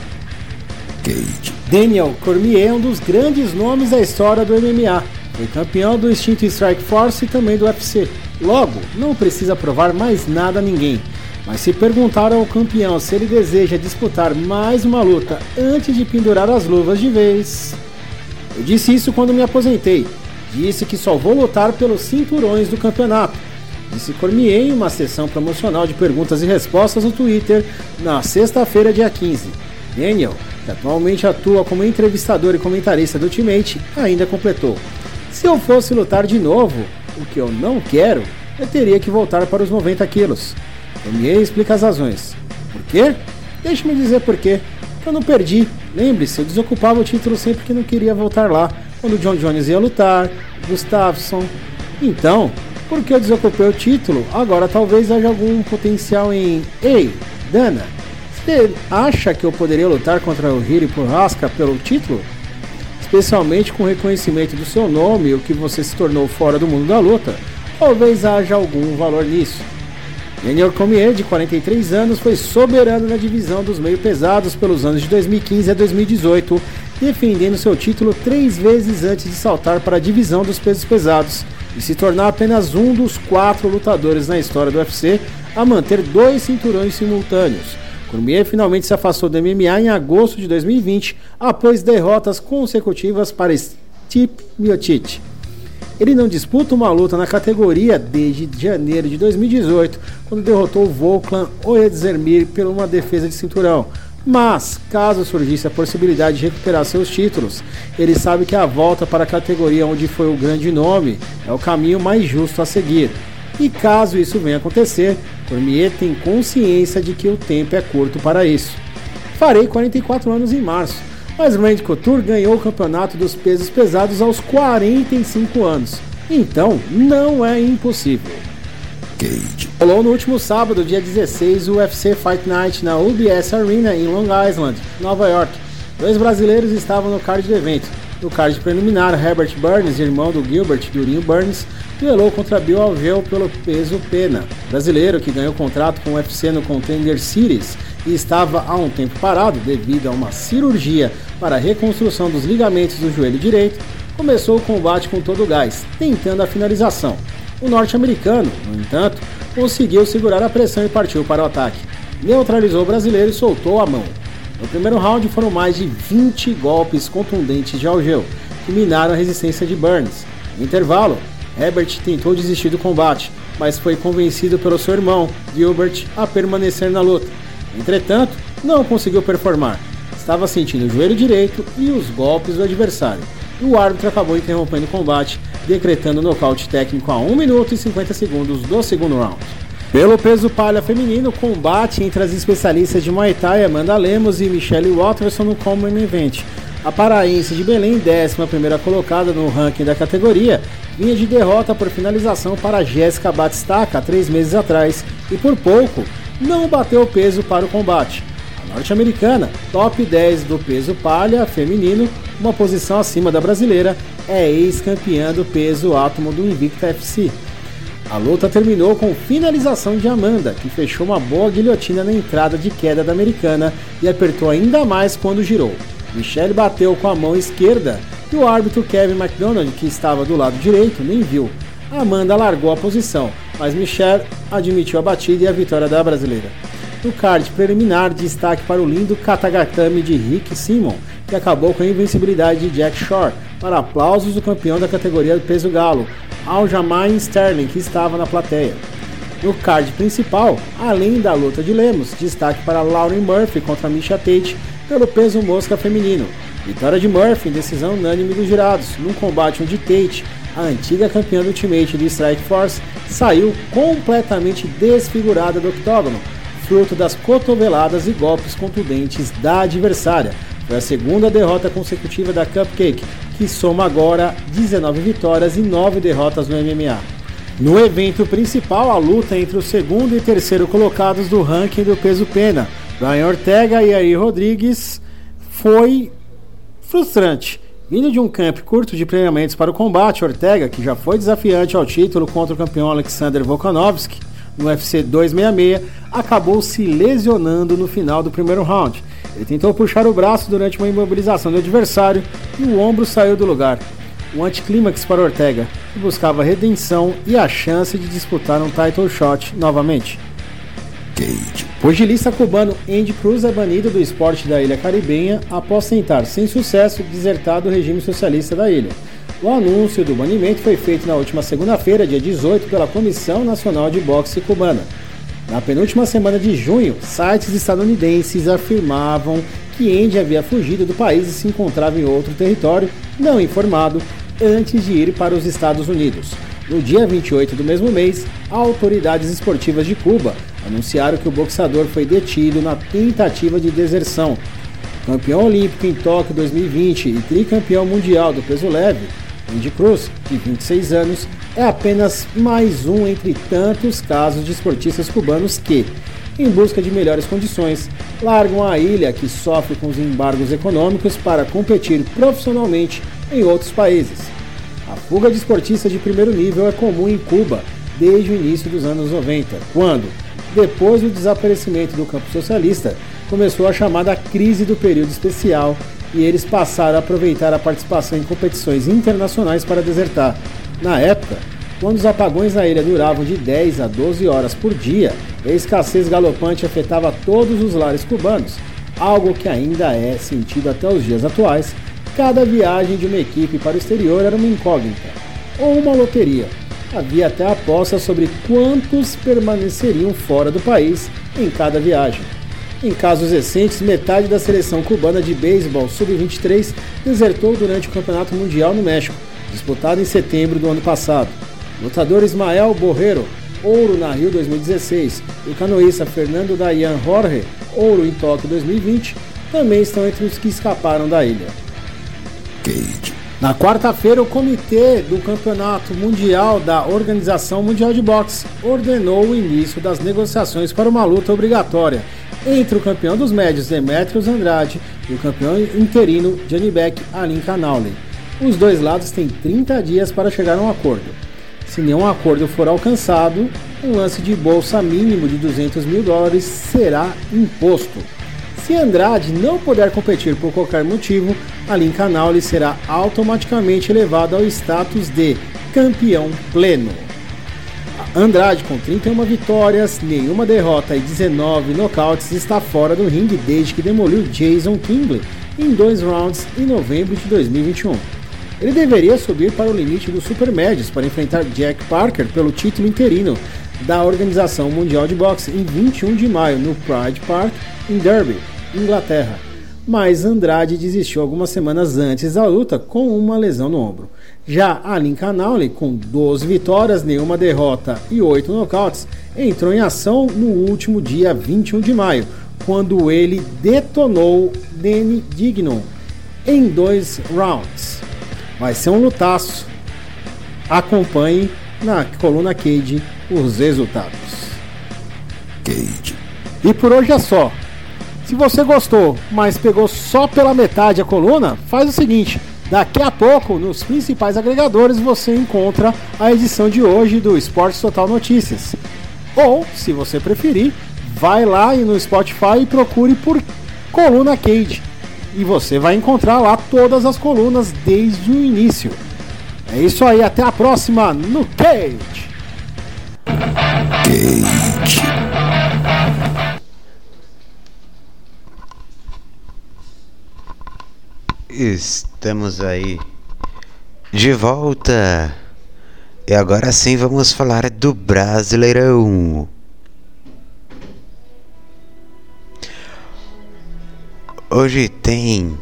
Daniel Cormier é um dos grandes nomes da história do MMA. Foi campeão do Instinto Strike Force e também do UFC. Logo, não precisa provar mais nada a ninguém. Mas se perguntar ao campeão se ele deseja disputar mais uma luta antes de pendurar as luvas de vez... Eu disse isso quando me aposentei. Disse que só vou lutar pelos cinturões do campeonato. Disse Cormier em uma sessão promocional de perguntas e respostas no Twitter na sexta-feira, dia 15. Daniel, que atualmente atua como entrevistador e comentarista do Ultimate, ainda completou: se eu fosse lutar de novo, o que eu não quero, eu teria que voltar para os 90 quilos. Cormier explica as razões. Por quê? Deixe-me dizer por quê. Eu não perdi. Lembre-se, eu desocupava o título sempre que não queria voltar lá. Quando o John Jones ia lutar, Gustafsson. Então, Porque eu desocupei o título, agora talvez haja algum potencial em... Ei, Dana, você acha que eu poderia lutar contra o Jiri Prochazka pelo título? Especialmente com o reconhecimento do seu nome e o que você se tornou fora do mundo da luta, talvez haja algum valor nisso. Daniel Cormier, de 43 anos, foi soberano na divisão dos meio pesados pelos anos de 2015 a 2018, defendendo seu título 3 vezes antes de saltar para a divisão dos pesos pesados e se tornar apenas um dos 4 lutadores na história do UFC a manter 2 cinturões simultâneos. Cormier finalmente se afastou do MMA em agosto de 2020, após derrotas consecutivas para Stipe Miocic. Ele não disputa uma luta na categoria desde janeiro de 2018, quando derrotou Volkan Oezdemir por uma defesa de cinturão. Mas, caso surgisse a possibilidade de recuperar seus títulos, ele sabe que a volta para a categoria onde foi o grande nome é o caminho mais justo a seguir. E caso isso venha a acontecer, Cormier tem consciência de que o tempo é curto para isso. Farei 44 anos em março, mas Randy Couture ganhou o campeonato dos pesos pesados aos 45 anos, então não é impossível. Cage. Rolou no último sábado, dia 16, o UFC Fight Night na UBS Arena em Long Island, Nova York. 2 brasileiros estavam no card do evento. No card preliminar, Herbert Burns, irmão do Gilbert Durinho Burns, duelou contra Bill Algeu pelo peso pena. Brasileiro que ganhou contrato com o UFC no Contender Series e estava há um tempo parado devido a uma cirurgia para a reconstrução dos ligamentos do joelho direito, começou o combate com todo o gás, tentando a finalização. O norte-americano, no entanto, conseguiu segurar a pressão e partiu para o ataque. Neutralizou o brasileiro e soltou a mão. No primeiro round foram mais de 20 golpes contundentes de Algeu, que minaram a resistência de Burns. No intervalo, Herbert tentou desistir do combate, mas foi convencido pelo seu irmão, Gilbert, a permanecer na luta. Entretanto, não conseguiu performar. Estava sentindo o joelho direito e os golpes do adversário. E o árbitro acabou interrompendo o combate, decretando o nocaute técnico a 1 minuto e 50 segundos do segundo round. Pelo peso palha feminino, combate entre as especialistas de Muay Thai Amanda Lemos e Michelle Waterson no Common Event. A paraense de Belém, 11ª colocada no ranking da categoria, vinha de derrota por finalização para Jéssica Batistaca 3 meses atrás e por pouco não bateu o peso para o combate. A norte-americana, top 10 do peso palha feminino, uma posição acima da brasileira, é ex-campeã do peso átomo do Invicta FC. A luta terminou com finalização de Amanda, que fechou uma boa guilhotina na entrada de queda da americana e apertou ainda mais quando girou. Michelle bateu com a mão esquerda e o árbitro Kevin McDonald, que estava do lado direito, nem viu. Amanda largou a posição, mas Michelle admitiu a batida e a vitória da brasileira. No card preliminar, destaque para o lindo katagatame de Rick Simon, que acabou com a invencibilidade de Jack Shore, para aplausos do campeão da categoria do peso galo, Aljamain Sterling, que estava na plateia. No card principal, além da luta de Lemos, destaque para Lauren Murphy contra Misha Tate pelo peso mosca feminino. Vitória de Murphy em decisão unânime dos jurados, num combate onde Tate, a antiga campeã do Ultimate do Strike Force, saiu completamente desfigurada do octógono, fruto das cotoveladas e golpes contundentes da adversária. Foi a segunda derrota consecutiva da Cupcake, que soma agora 19 vitórias e 9 derrotas no MMA. No evento principal, a luta entre o segundo e terceiro colocados do ranking do peso pena, Brian Ortega e Yair Rodrigues, foi frustrante. Vindo de um camp curto de treinamentos para o combate, Ortega, que já foi desafiante ao título contra o campeão Alexander Volkanovski no UFC 266, acabou se lesionando no final do primeiro round. Ele tentou puxar o braço durante uma imobilização do adversário e o ombro saiu do lugar. Um anticlímax para Ortega, que buscava redenção e a chance de disputar um title shot novamente. Cage. O pugilista cubano Andy Cruz é banido do esporte da ilha caribenha após tentar, sem sucesso, desertar do regime socialista da ilha. O anúncio do banimento foi feito na última segunda-feira, dia 18, pela Comissão Nacional de Boxe Cubana. Na penúltima semana de junho, sites estadunidenses afirmavam que Andy havia fugido do país e se encontrava em outro território não informado antes de ir para os Estados Unidos. No dia 28 do mesmo mês, autoridades esportivas de Cuba anunciaram que o boxeador foi detido na tentativa de deserção. Campeão olímpico em Tóquio 2020 e tricampeão mundial do peso leve, Andy Cruz, de 26 anos, é apenas mais um entre tantos casos de esportistas cubanos que, em busca de melhores condições, largam a ilha que sofre com os embargos econômicos para competir profissionalmente em outros países. A fuga de esportistas de primeiro nível é comum em Cuba desde o início dos anos 90, quando, depois do desaparecimento do campo socialista, começou a chamada crise do período especial e eles passaram a aproveitar a participação em competições internacionais para desertar. Na época, quando os apagões na ilha duravam de 10 a 12 horas por dia, a escassez galopante afetava todos os lares cubanos, algo que ainda é sentido até os dias atuais. Cada viagem de uma equipe para o exterior era uma incógnita, ou uma loteria. Havia até apostas sobre quantos permaneceriam fora do país em cada viagem. Em casos recentes, metade da seleção cubana de beisebol sub-23 desertou durante o Campeonato Mundial no México, disputado em setembro do ano passado. O lutador Ismael Borrero, ouro na Rio 2016, e o canoísta Fernando Dayan Jorge, ouro em Tóquio 2020, também estão entre os que escaparam da ilha. Na quarta-feira, o Comitê do Campeonato Mundial da Organização Mundial de Boxe ordenou o início das negociações para uma luta obrigatória entre o campeão dos médios Demetrius Andrade e o campeão interino Janibek Alincanauly. Os dois lados têm 30 dias para chegar a um acordo. Se nenhum acordo for alcançado, um lance de bolsa mínimo de $200 mil será imposto. Se Andrade não puder competir por qualquer motivo, Alincanauly será automaticamente elevado ao status de campeão pleno. Andrade, com 31 vitórias, nenhuma derrota e 19 nocautes, está fora do ringue desde que demoliu Jason Kingley em 2 rounds em novembro de 2021. Ele deveria subir para o limite dos supermédios para enfrentar Jack Parker pelo título interino da Organização Mundial de Boxe em 21 de maio no Pride Park, em Derby, Inglaterra. Mas Andrade desistiu algumas semanas antes da luta com uma lesão no ombro. Já Alincanauly, com 12 vitórias, nenhuma derrota e 8 nocautes, entrou em ação no último dia 21 de maio, quando ele detonou Danny Dignon em 2 rounds. Vai ser um lutaço. Acompanhe na coluna Cage os resultados. Cage. E por hoje é só. Se você gostou, mas pegou só pela metade a coluna, faz o seguinte: daqui a pouco, nos principais agregadores, você encontra a edição de hoje do Esportes Total Notícias. Ou, se você preferir, vai lá no Spotify e procure por Coluna Cage. E você vai encontrar lá todas as colunas desde o início. É isso aí, até a próxima no Cage! Estamos aí de volta e agora sim vamos falar do Brasileirão. Hoje tem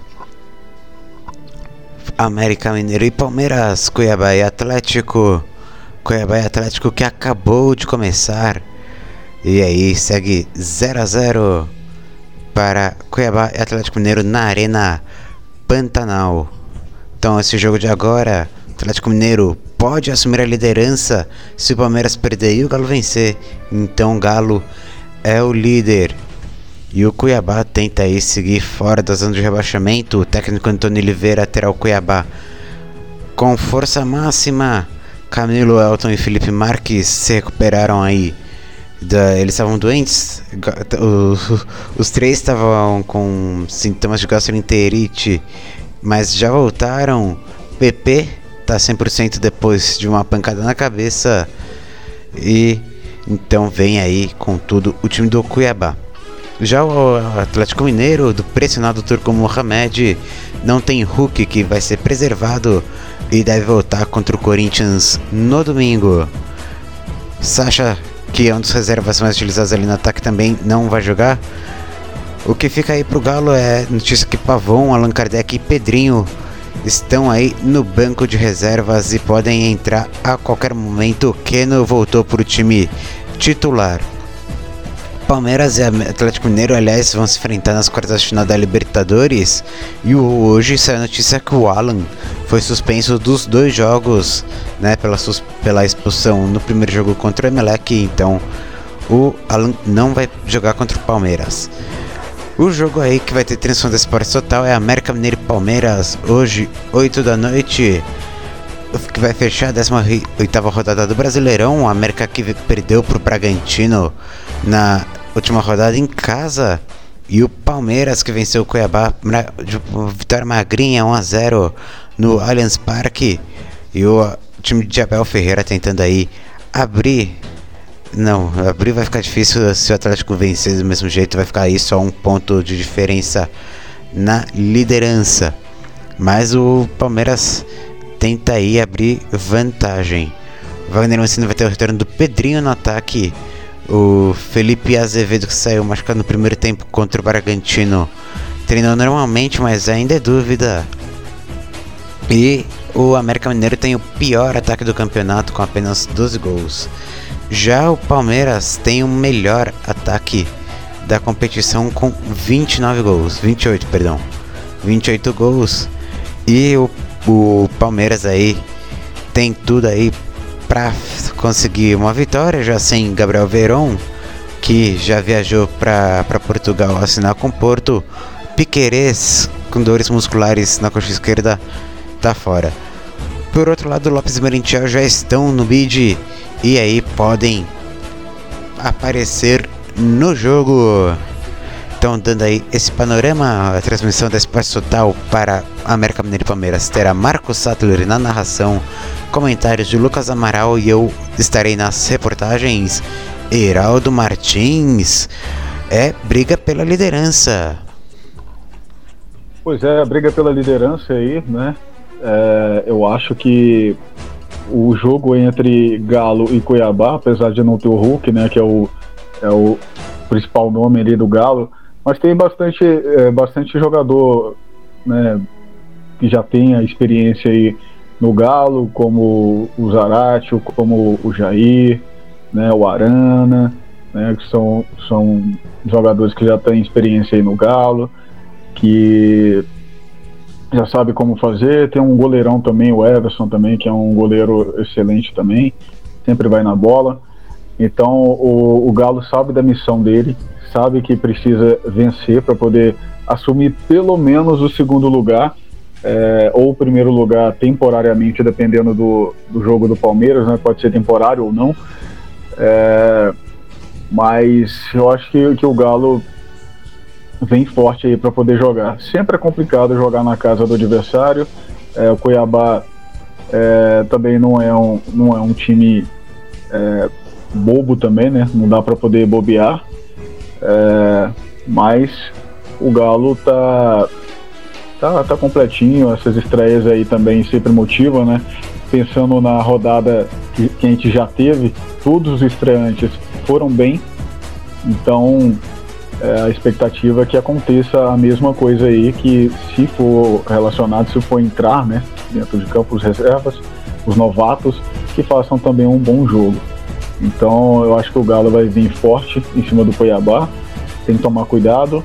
América Mineiro e Palmeiras, Cuiabá e Atlético. Cuiabá e Atlético que acabou de começar e aí segue 0-0 para Cuiabá e Atlético Mineiro na Arena Pantanal. Então esse jogo de agora, Atlético Mineiro pode assumir a liderança se o Palmeiras perder e o Galo vencer. Então o Galo é o líder. E o Cuiabá tenta aí seguir fora da zona de rebaixamento. O técnico Antônio Oliveira terá o Cuiabá com força máxima. Camilo, Elton e Felipe Marques se recuperaram aí. Eles estavam doentes. Os três estavam com sintomas de gastroenterite, mas já voltaram. PP tá 100% depois de uma pancada na cabeça. E então vem aí com tudo o time do Cuiabá. Já o Atlético Mineiro, do pressionado Turco Mohamed, não tem Hulk, que vai ser preservado e deve voltar contra o Corinthians no domingo. Sacha, que é um dos reservas mais utilizados ali no ataque, também não vai jogar. O que fica aí pro Galo é notícia que Pavon, Allan Kardec e Pedrinho estão aí no banco de reservas e podem entrar a qualquer momento. Keno voltou pro time titular. Palmeiras e Atlético Mineiro, aliás, vão se enfrentar nas quartas de final da Libertadores. E hoje saiu a notícia que o Alan foi suspenso dos 2 jogos, né, pela expulsão no primeiro jogo contra o Emelec. Então o Alan não vai jogar contra o Palmeiras. O jogo aí que vai ter transmissão da Esporte Total é América Mineiro e Palmeiras, hoje, 8 da noite, que vai fechar a 18ª rodada do Brasileirão. O América que perdeu para o Bragantino na última rodada em casa, e o Palmeiras que venceu o Cuiabá de vitória magrinha, 1-0 no Allianz Parque. E o time de Abel Ferreira tentando aí abrir vai ficar difícil. Se o Atlético vencer do mesmo jeito, vai ficar aí só 1 ponto de diferença na liderança. Mas o Palmeiras tenta aí abrir vantagem. O Wagner Mancini vai ter o retorno do Pedrinho no ataque. O Felipe Azevedo, que saiu machucado no primeiro tempo contra o Bragantino, treinou normalmente, mas ainda é dúvida. E o América Mineiro tem o pior ataque do campeonato, com apenas 12 gols. Já o Palmeiras tem o melhor ataque da competição, com 28 gols. E o Palmeiras aí tem tudo aí para conseguir uma vitória, já sem Gabriel Veron, que já viajou para Portugal assinar com o Porto. Piquerez, com dores musculares na coxa esquerda, tá fora. Por outro lado, Lopes e Merentiel já estão no bid e aí podem aparecer no jogo. Então, dando aí esse panorama, a transmissão da Esporte Total para América Mineiro e Palmeiras terá Marcos Sattler na narração, comentários de Lucas Amaral, e eu estarei nas reportagens. Heraldo Martins, briga pela liderança. Pois é, a briga pela liderança aí, né? Eu acho que o jogo entre Galo e Cuiabá, apesar de não ter o Hulk, né, que é o principal nome ali do Galo, mas tem bastante jogador, né, que já tem a experiência aí no Galo, como o Zarate, como o Jair, né, o Arana, né, que são jogadores que já têm experiência aí no Galo, que já sabe como fazer. Tem um goleirão também, o Everson também, que é um goleiro excelente também, sempre vai na bola. Então o Galo sabe da missão dele, sabe que precisa vencer para poder assumir pelo menos o segundo lugar, ou o primeiro lugar temporariamente, dependendo do jogo do Palmeiras, né? Pode ser temporário ou não, mas eu acho que o Galo vem forte aí para poder jogar. Sempre é complicado jogar na casa do adversário. O Cuiabá também não é um time bobo também, né? Não dá para poder bobear, mas o Galo tá completinho. Essas estreias aí também sempre motivam, né? Pensando na rodada que a gente já teve, todos os estreantes foram bem, então a expectativa é que aconteça a mesma coisa aí, que se for relacionado, se for entrar, né, dentro de campo, os reservas, os novatos, que façam também um bom jogo. Então eu acho que o Galo vai vir forte em cima do Cuiabá, tem que tomar cuidado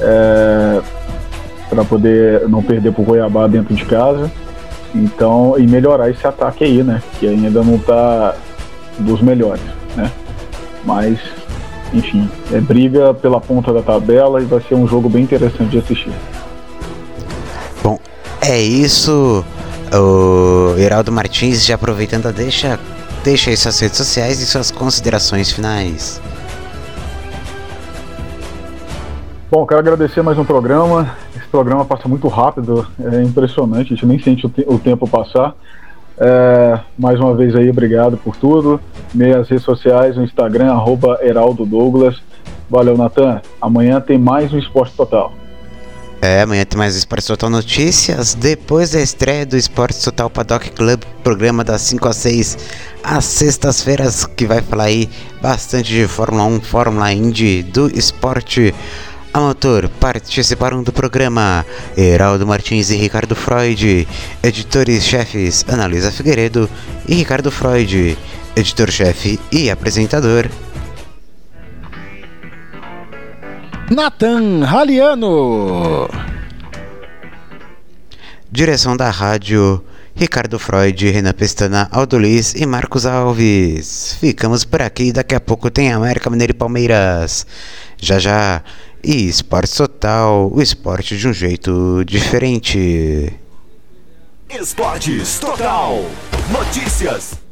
para poder não perder pro Cuiabá dentro de casa, então, e melhorar esse ataque aí, né, que ainda não tá dos melhores, né, mas enfim, briga pela ponta da tabela e vai ser um jogo bem interessante de assistir. Bom, é isso. O Heraldo Martins, já aproveitando, deixa aí suas redes sociais e suas considerações finais. Bom, quero agradecer mais um programa. Esse programa passa muito rápido, é impressionante, a gente nem sente o tempo passar. Mais uma vez aí, obrigado por tudo. Minhas redes sociais, no Instagram, @HeraldoDouglas. Valeu, Natan. Amanhã tem mais um Esporte Total. Amanhã tem mais um Esporte Total Notícias. Depois da estreia do Esporte Total Paddock Club, programa das 5 às 6 às sextas-feiras, que vai falar aí bastante de Fórmula 1, Fórmula Indy, do esporte a motor. Participaram do programa Heraldo Martins e Ricardo Freud, editores-chefes Analisa Figueiredo e Ricardo Freud, editor-chefe e apresentador Nathan Raliano. Direção da rádio, Ricardo Freud, Renan Pestana, Aldo Liz e Marcos Alves. Ficamos por aqui, daqui a pouco tem América Mineiro e Palmeiras. Já. E Esporte Total, o esporte de um jeito diferente. Esportes Total. Notícias.